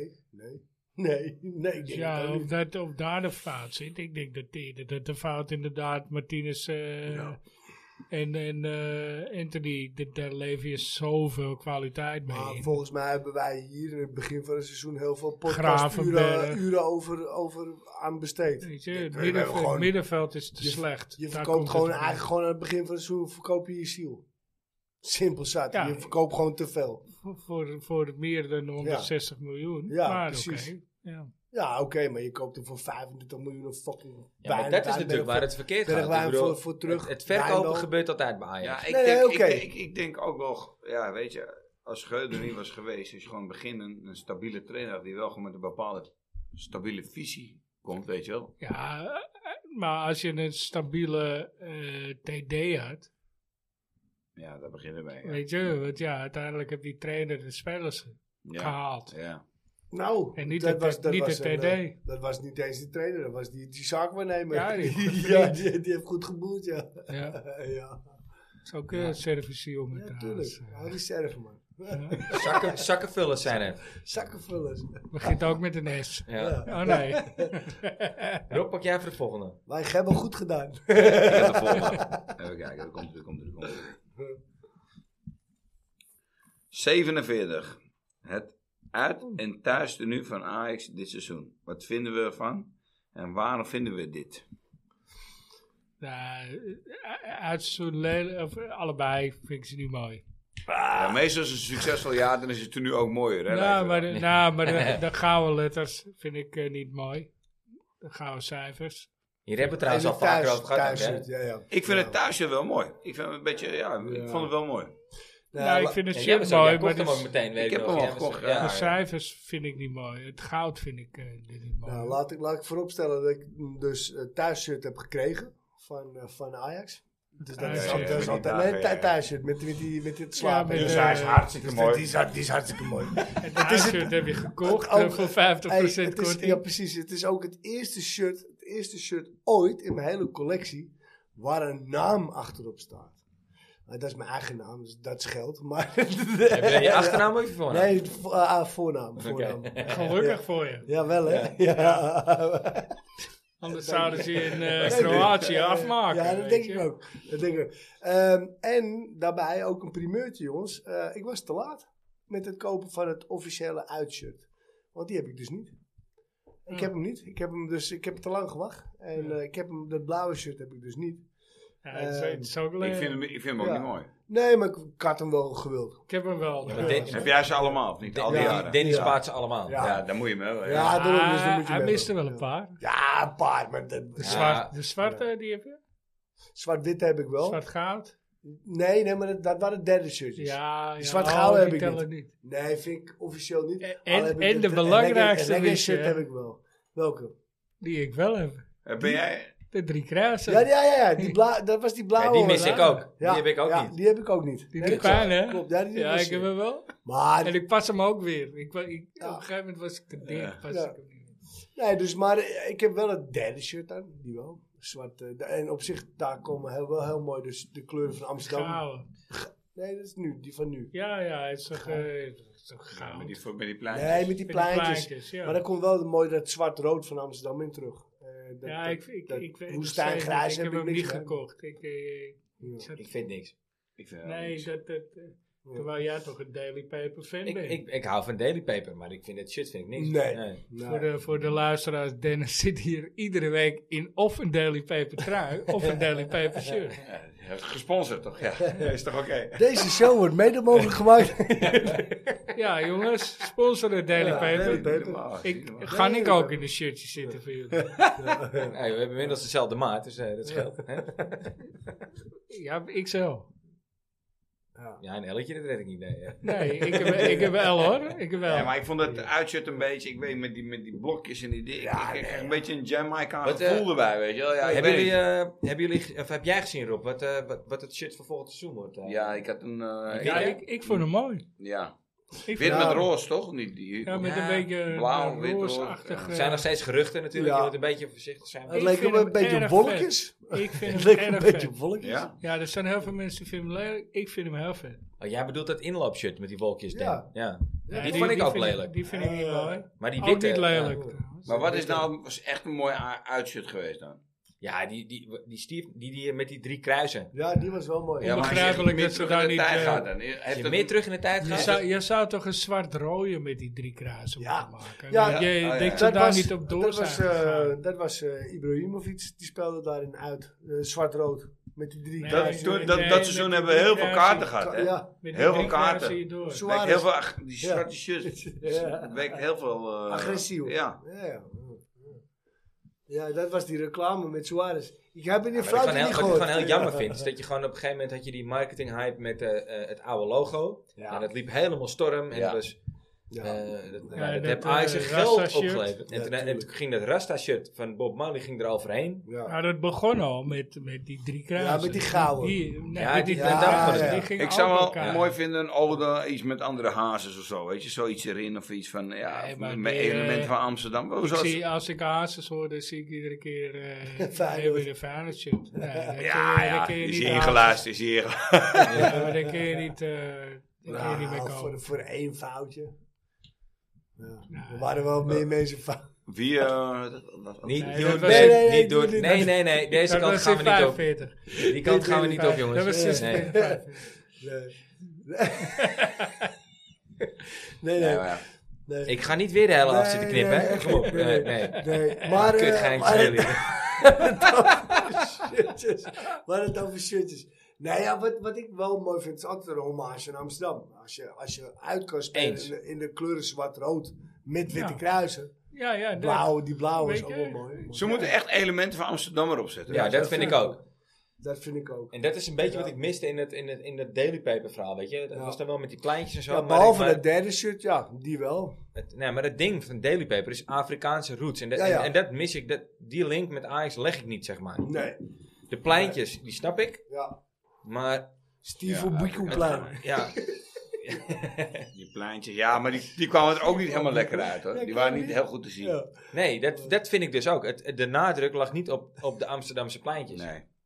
Dus ja, of daar de fout zit. Ik denk dat de fout inderdaad Martinez en Anthony, daar lever je zoveel kwaliteit mee in. Volgens mij hebben wij hier in het begin van het seizoen heel veel podcasturen over aan besteed. Weet je, het middenveld is te slecht. Je verkoopt gewoon eigenlijk gewoon aan het begin van het seizoen verkoop je ziel. Simpel zat. Ja, je verkoopt gewoon te veel. Voor meer dan 160 miljoen. Ja, maar precies. Ja, oké, maar je koopt er voor 25 miljoen of fucking maar dat is natuurlijk waar het verkeerd gaat. Voor terug. Het verkopen gebeurt altijd bij Ajax. Ja, ik denk ook wel, ja, weet je, als Schreuder niet was geweest, is gewoon beginnen een stabiele trainer die wel gewoon met een bepaalde stabiele visie komt, weet je wel. Ja, maar als je een stabiele TD had. Ja, daar beginnen we mee. Ja. Weet je, want uiteindelijk heb die trainer de spelers gehaald. Ja. Nou, en niet de TD. Dat was niet eens de trainer, dat was die zaakwaarnemer. Ja, die heeft goed geboerd, ja. Dat is ook servicieel met natuurlijk. Ja, die serven, man. Zakkenvullers zijn er. Zakkenvullers. Begint ook met een S. Ja. Oh nee. Rob, pak jij voor de volgende. Wij hebben goed gedaan. De volgende. Even kijken, er komt er. 47. Het uit- en thuistenu van Ajax dit seizoen. Wat vinden we ervan? En waarom vinden we dit? Uitseizoen of allebei vind ik ze niet mooi. Ja, meestal is het een succesvol jaar, dan is het nu ook mooier. Hè, maar de gouden letters vind ik niet mooi. De gouden cijfers. Hier hebben we het trouwens al vaker over gehad. Ja. Ik vind het thuisje wel mooi. Ik vind het een beetje, ik vond het wel mooi. Ik vind het shirt mooi, maar hem ook meteen, ik heb hem al gekocht. De cijfers vind ik niet mooi. Het goud vind ik niet mooi. Nou, laat ik vooropstellen dat ik dus thuisshirt heb gekregen van Ajax. Dus dat is altijd een thuisshirt met dit slapen. Dus hij is hartstikke mooi. Die is hartstikke mooi. Het thuisshirt heb je gekocht voor 50% korting. Ja, precies. Het is ook het eerste shirt ooit in mijn hele collectie waar een naam achterop staat. Dat is mijn eigen naam, dus dat scheelt. Maar heb je je achternaam of je voornaam? Nee, voornaam. Gelukkig voor je. Ja, wel hè. Ja. Anders zouden ze in Kroatië afmaken. Ja, dat denk ik ook. En daarbij ook een primeurtje, jongens. Ik was te laat met het kopen van het officiële uitshirt. Want die heb ik dus niet. Ik heb hem niet. Ik heb te lang gewacht. En ik heb hem, dat blauwe shirt heb ik dus niet. Ja, het is ook ik vind hem ook niet mooi. Nee, maar ik had hem wel gewild. Ik heb hem wel. Heb jij ze allemaal of niet? Al die jaren? Dennis spaart ze allemaal. Ja, dan moet je hem wel. Ja, daarom, dus dan moet je hij miste wel een paar. Ja, een paar. Maar de zwarte, die heb je? Zwart-wit heb ik wel. Zwart-goud? Nee, maar dat waren derde shirtjes. Ja, zwart-goud heb ik niet. Nee, vind ik officieel niet. En de belangrijkste shirt heb ik wel. Welke? Die ik wel heb. Ben jij... De 3 kruisen. Ja. Dat was die blauwe. Die mis ik ook. Die heb ik ook niet. Die heb ik ook niet. Die doet pijn, hè? Klopt. Ja, ik heb hem wel. Maar... En ik pas hem ook weer. Op een gegeven moment was ik te dik. Pas ik hem niet. Nee, dus maar ik heb wel het derde shirt aan. Die wel. Zwart. En op zich, daar komen wel heel mooi dus de kleuren van Amsterdam. Gouden. Nee, dat is nu. Die van nu. Ja, het is toch goud. Met die pleintjes. Nee, met die pleintjes. Ja. Maar dan komt wel mooi dat zwart-rood van Amsterdam in terug. Ik woestijngrijs heb hem niet gekocht. Ik vind niks. Terwijl jij toch een Daily Paper fan bent. Ik hou van Daily Paper, maar ik vind het shit niks. Nee. Voor de luisteraars, Dennis zit hier iedere week in of een Daily Paper trui of een Daily Paper shirt. Ja, gesponsord toch? Ja, is toch oké? Deze show wordt mede mogelijk gemaakt. Ja, jongens, sponsoren Daily Paper. Ga ik ook in de shirtje zitten voor jullie. We hebben inmiddels dezelfde maat, dus dat scheelt. Ja, ik zo. Ja, een L'tje, dat red ik niet. Nee, ik heb wel hoor. Ik heb wel. Ja, maar ik vond het uitshirt een beetje, ik weet met die blokjes en die dingen. Ik kreeg een beetje een Jamaica gevoel erbij, weet je wel. Ja, heb jij gezien, Rob, wat het shirt voor volgend seizoen wordt? Ja, ik had een... ik vond hem mooi. Ja. Wit met roze, toch? Niet met een beetje blauw, wit, roze-achtig. Er zijn nog steeds geruchten natuurlijk. Je moet een beetje voorzichtig zijn. Het leek een beetje wolkjes. Ik vind hem erg vet. Wolkjes. Ja, er zijn heel veel mensen die vinden hem lelijk. Ik vind hem heel vet. Oh, jij bedoelt dat inloopshirt met die wolkjes? Ja. Die vond ik ook lelijk. Die vind ik niet mooi. Maar die witte, ook niet lelijk. Maar wat is nou echt een mooi uitshirt geweest dan? Ja, die met die 3 kruisen. Ja, die was wel mooi. Ja, begrijpelijk dat ze daar niet... Als je meer terug in de tijd gaat... Je zou toch een zwart-rode met die 3 kruisen moeten maken? Ja, je denkt dat daar niet op door zijn. Dat was Ibrahimovic, die speelde daarin uit. Zwart-rood. Met die 3 kruisen. Dat seizoen hebben we heel veel kaarten gehad, hè? Ja. Heel veel kaarten. Heel veel die zwarte shirts. Het werkt heel veel... agressief. Ja. Ja, dat was die reclame met Suarez. Ik heb in die fout niet gehoord. Wat ik gewoon heel jammer vind, is dat je gewoon op een gegeven moment had je die marketing hype met het oude logo. Ja. En dat liep helemaal storm. En dat was... dat heb Ajax zijn geld opgeleverd. En toen ging dat Rasta-shirt van Bob Marley ging er overheen. Ja, dat begon al met die 3 kruisen. Ja, met die gouden. Ik zou wel mooi vinden een ode, iets met andere hazes of zo. Weet je, zoiets erin of iets van, met elementen van Amsterdam. Als ik hazes hoor, dan zie ik iedere keer weer een Feyenoord shirt. Is hier ingeluisterd, Ja, maar dan kun je niet mee komen. Voor 1 foutje. Ja. Er waren wel meer mensen fout. Wie? Niet doen. Nee. Deze kant gaan we niet op. Die kant gaan we niet op, jongens. Dat was Nee. Ik ga niet weer de hele af zitten knippen, hè? Kom op. Nee. Maar kutgeintjes. Maar het over shirtjes. Nee, ja, wat ik wel mooi vind, is altijd een hommage aan Amsterdam. Als je uit kan spelen in de kleuren zwart-rood met witte kruisen. Die blauw is ook wel mooi. Ze moeten echt elementen van Amsterdam erop zetten. Ja, dat vind ik ook. Dat vind ik ook. En dat is een beetje wat ik miste in het Daily Paper verhaal, weet je. Dat was dan wel met die pleintjes en zo. Ja, behalve dat derde shirt, die wel. Maar het ding van Daily Paper is Afrikaanse roots. En dat mis ik. Die link met Ajax leg ik niet, zeg maar. Nee. De pleintjes, die snap ik. Ja. Maar... Steve Bikoeplein. Ja. Die pleintjes, maar die kwamen er ook niet helemaal lekker uit, hoor. Die waren niet heel goed te zien. Ja. Nee, dat vind ik dus ook. De nadruk lag niet op de Amsterdamse pleintjes.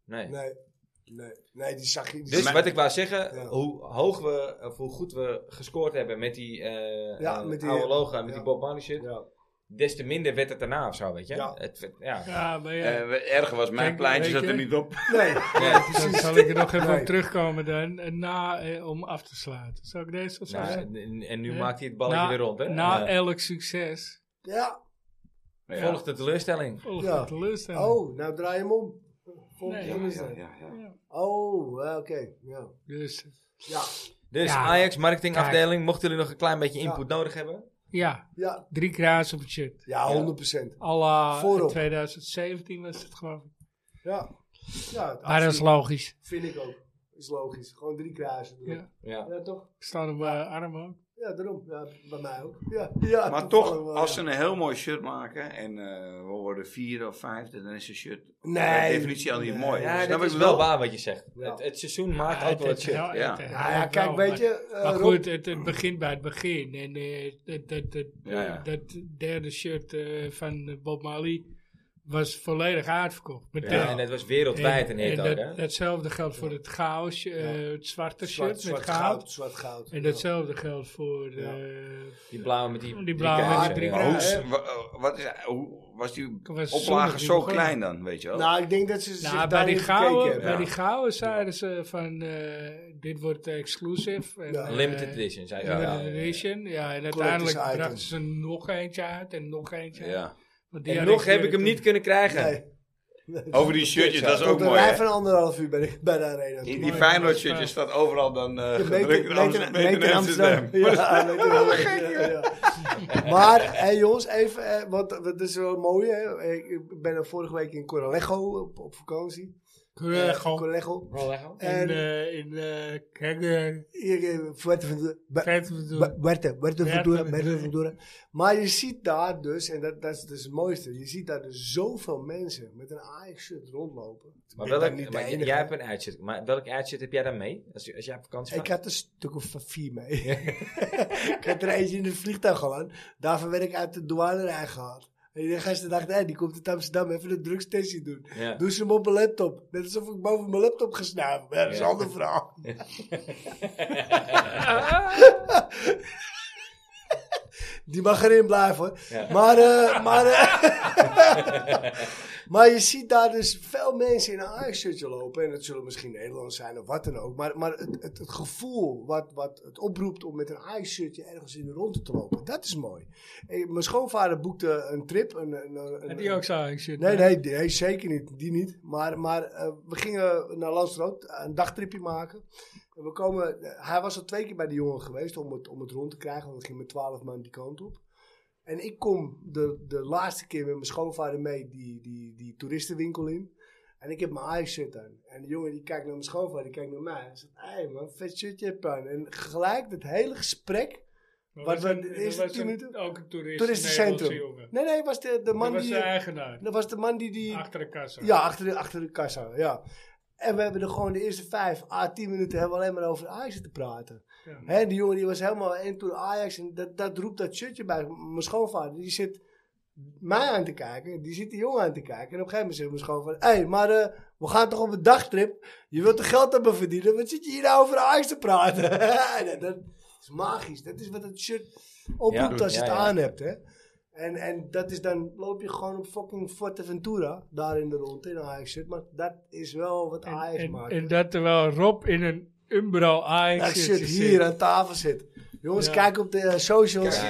Nee, die zag je. Dus wat ik wou zeggen, hoe goed we gescoord hebben met die oude logo, met die Bob Marley shit. Ja. Des te minder werd het daarna of zo, weet je? Maar erger was mijn pleintje zat er niet op. Nee. Dan zal ik er nog even op terugkomen dan. Om af te sluiten. Zal ik deze zeggen? En nu maakt hij het balletje weer rond, hè? Na elk succes. Ja. Volgt de teleurstelling. Oh, nou draai hem om. Ja. Oh, oké. Ja. Dus Ajax marketingafdeling, mochten jullie nog een klein beetje input nodig hebben? Ja. 3 kruis op het shirt. Ja, 100%. Alla 2017 was het, geloof ik. Ja. Maar dat is logisch. Vind ik ook. Is logisch. Gewoon 3 kruisen. Ja, toch? Staan op mijn arm ook. Ja, daarom. Ja, bij mij ook. Ja, maar toch, als ze een heel mooi shirt maken en we worden 4 of 5, dan is een shirt per definitie al niet mooi. Ja, dat is wel waar wat je zegt. Ja. Het seizoen maakt ook wel het shirt. Kijk, weet je... maar goed, het begint bij het begin. En dat derde shirt van Bob Marley was volledig uitverkocht. En het was wereldwijd een hit ook, datzelfde geldt voor het goud, het zwarte shirt met goud. Zwart goud. En datzelfde geldt voor die blauwe met die drie kruisen. Was die oplage zo klein dan, weet je wel? Nou, ik denk dat ze zich bij die gouden zeiden ze van, dit wordt exclusive. En, limited edition, zei ze. Limited edition, en uiteindelijk brachten ze nog eentje uit en nog eentje uit. En nog heb ik hem niet kunnen krijgen. Nee. Over die shirtjes, dat is ook mooi. Wij van 1,5 uur bij de arena. Die Feyenoord shirtjes staat overal dan gedrukt in Amsterdam. Maar, jongens, even, want dat is wel mooi. Hè? Ik ben vorige week in Coralejo op vakantie. Coralejo. En Fuerteventura. Maar je ziet daar dus, en dat is dus het mooiste, je ziet daar dus zoveel mensen met een Ajax-shirt rondlopen. Maar jij hebt een uitshirt. Maar welk uitshirt heb jij dan mee? Als jij op vakantie gaat? Ik had een stuk of 4 mee. Ik had er eentje in het vliegtuig gewoon. Daarvan werd ik uit de douanerij gehaald. En die gasten dachten, die komt uit Amsterdam even een drugstestie doen. Ja. Doe ze hem op mijn laptop. Net alsof ik boven mijn laptop gesnaven. Maar dat is een andere verhaal. Die mag erin blijven hoor. Ja. Maar je ziet daar dus veel mensen in een Ajax-shirtje lopen. En het zullen misschien Nederlanders zijn of wat dan ook. Maar het gevoel wat het oproept om met een Ajax-shirtje ergens in de rondte te lopen. Dat is mooi. Mijn schoonvader boekte een trip. En die ook zo'n Ajax-shirt? Nee, zeker niet. Die niet. Maar we gingen naar Landsrood een dagtripje maken. Hij was al 2 keer bij de jongen geweest om het rond te krijgen. Want we gingen met 12 man die kant op. En ik kom de laatste keer met mijn schoonvader mee die toeristenwinkel in. En ik heb mijn Ajax-shirt aan. En de jongen die kijkt naar mijn schoonvader, die kijkt naar mij. Hij zegt, hé man, vet shirtje heb je aan. En gelijk het hele gesprek. Wat de eerste 10 minuten? Ook een toeristencentrum. Nee, was de man die... Dat was de eigenaar. Dat was de man die... Achter de kassa. Ja, achter de kassa, ja. En we hebben er gewoon de eerste 5 à 10 minuten hebben we alleen maar over Ajax te praten. Ja. Die jongen die was helemaal into Ajax. En dat roept dat shirtje bij mijn schoonvader. Die zit mij aan te kijken. Die zit die jongen aan te kijken. En op een gegeven moment zegt mijn schoonvader... maar we gaan toch op een dagtrip? Je wilt er geld hebben verdienen? Wat zit je hier nou over Ajax te praten? Dat is magisch. Dat is wat het shirt oproept als je het aan hebt. Hè? En dat is dan, loop je gewoon op fucking Fuerteventura, daar in de rondte, in een Ajax-shirt. Maar dat is wel wat Ajax maakt. En dat terwijl Rob in een Umbro Ajax-shirt hier aan tafel zit. Jongens, kijk op de socials.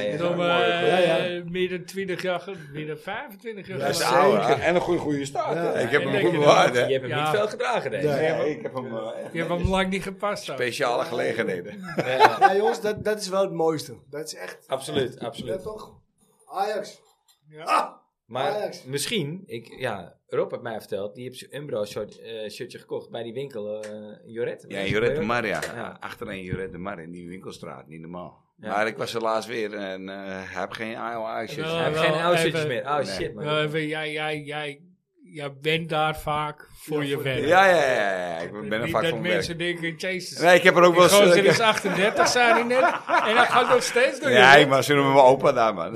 Meer dan 20 jaar, meer dan 25 jaar. Ja, zeker. En een goede start. Ja. Ik heb hem goed bewaard. Je hebt hem niet veel gedragen, denk ik. Nee, ik heb hem... Je hebt hem lang niet gepast. Speciale gelegenheden. Ja, jongens, dat is wel het mooiste. Dat is echt... Absoluut. Ja, toch? Ajax. Ja. Maar Ajax. Misschien, Rob heeft mij verteld, die heeft zijn Umbro shirtje gekocht bij die winkel Joret. Ja, Joret de Mar, ja. Achterin Joret de Mar in die winkelstraat, niet normaal. Ja. Maar ik was er laatst weer en hij heeft geen Ajax-shirtjes. Hij heeft geen Ajax-shirtjes meer. Oh shit, man. Jij bent daar vaak voor je werk. Ja. Ik ben er vaak voor dat mensen denken, jezus. Nee, ik heb er ook wel eens... Ze is 38, zei hij net. En dat gaat nog steeds door. Ja, maar ze noemen me opa daar, man.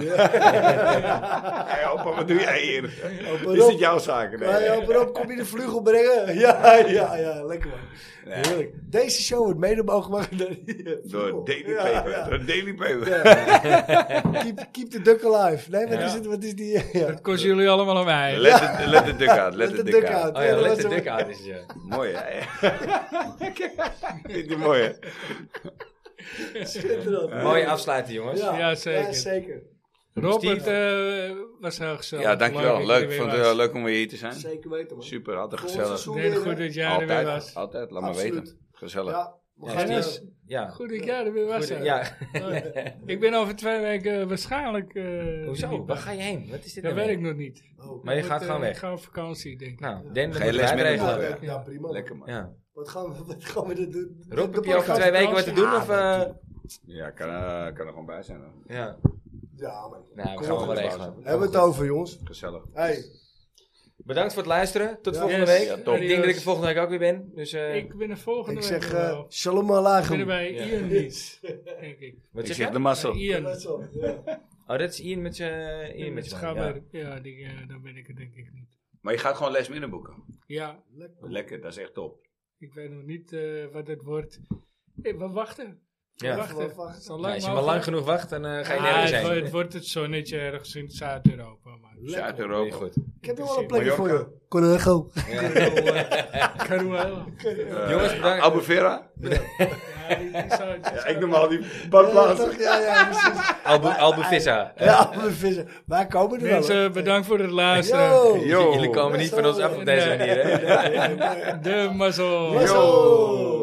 Hey, opa, wat doe jij hier? Is dit jouw zaken? Opa, kom je de vleugel brengen? Ja, lekker man. Nee. Heerlijk. Deze show wordt mede mogelijk gemaakt door Daily Paper. Ja. Door Daily Paper. Ja. Keep the duck alive. Nee, wat is die? Dat kost jullie allemaal aan mij. Let the duck out. Let the duck out. Oh ja, let the duck out is het, ja. Mooi, hè? Vind je mooi, hè? Schitterend. Mooie afsluiting, jongens. Ja, zeker. Ja, zeker. Robert was heel gezellig. Ja, dankjewel. Leuk. Ik vond het leuk om weer hier te zijn. Zeker weten, man. Super, altijd gezellig. Heel goed dat jij er weer was. Altijd, laat me weten. Gezellig. Ja, goed dat jij er weer was. Ik ben over 2 weken waarschijnlijk... Hoezo? Waar ga je heen? Wat is dit? Dat weet ik nog niet. Maar je gaat gewoon weg? Ik ga op vakantie, denk ik. Nou, Dan ga je les met regelen. Ja, prima. Lekker, man. Ja. Wat gaan we doen? Rob, heb je over 2 weken wat te doen? Of, Ja, kan er gewoon bij zijn. Ja. Ja, man. Nou, we gaan wel regelen. Hebben we het over, jongens? Gezellig. Hey. Bedankt voor het luisteren. Tot volgende week. Ja, ik denk dat ik er volgende week ook weer ben. Dus, ik ben er volgende week. Ik zeg shalom alaikum. Ik ben er bij Ian niet, denk ik. Wat zeg de mazzel. Ian. Oh, dat is Ian met zijn schouder. Ja, dan ben ik er denk ik niet. Maar je gaat gewoon les binnenboeken? Ja. Lekker, dat is echt top. Ik weet nog niet wat het wordt. We wachten. Ja. Wachten. Als je maar lang genoeg wacht, dan ga je nergens heen. Het wordt het zonnetje ergens in Zuid-Europa. Zuid-Europa. Goed. Ik heb nog wel een plekje voor je. Corrego. Caruel. Jongens, bedankt. Albufeira? Ik noem al die badplaatsen. Ja, precies. Albufissa. Ja, Albufissa. Wij komen er wel. Mensen, bedankt voor het luisteren. Jullie komen niet van ons af op deze manier, hè? De mazzel. Mazzel.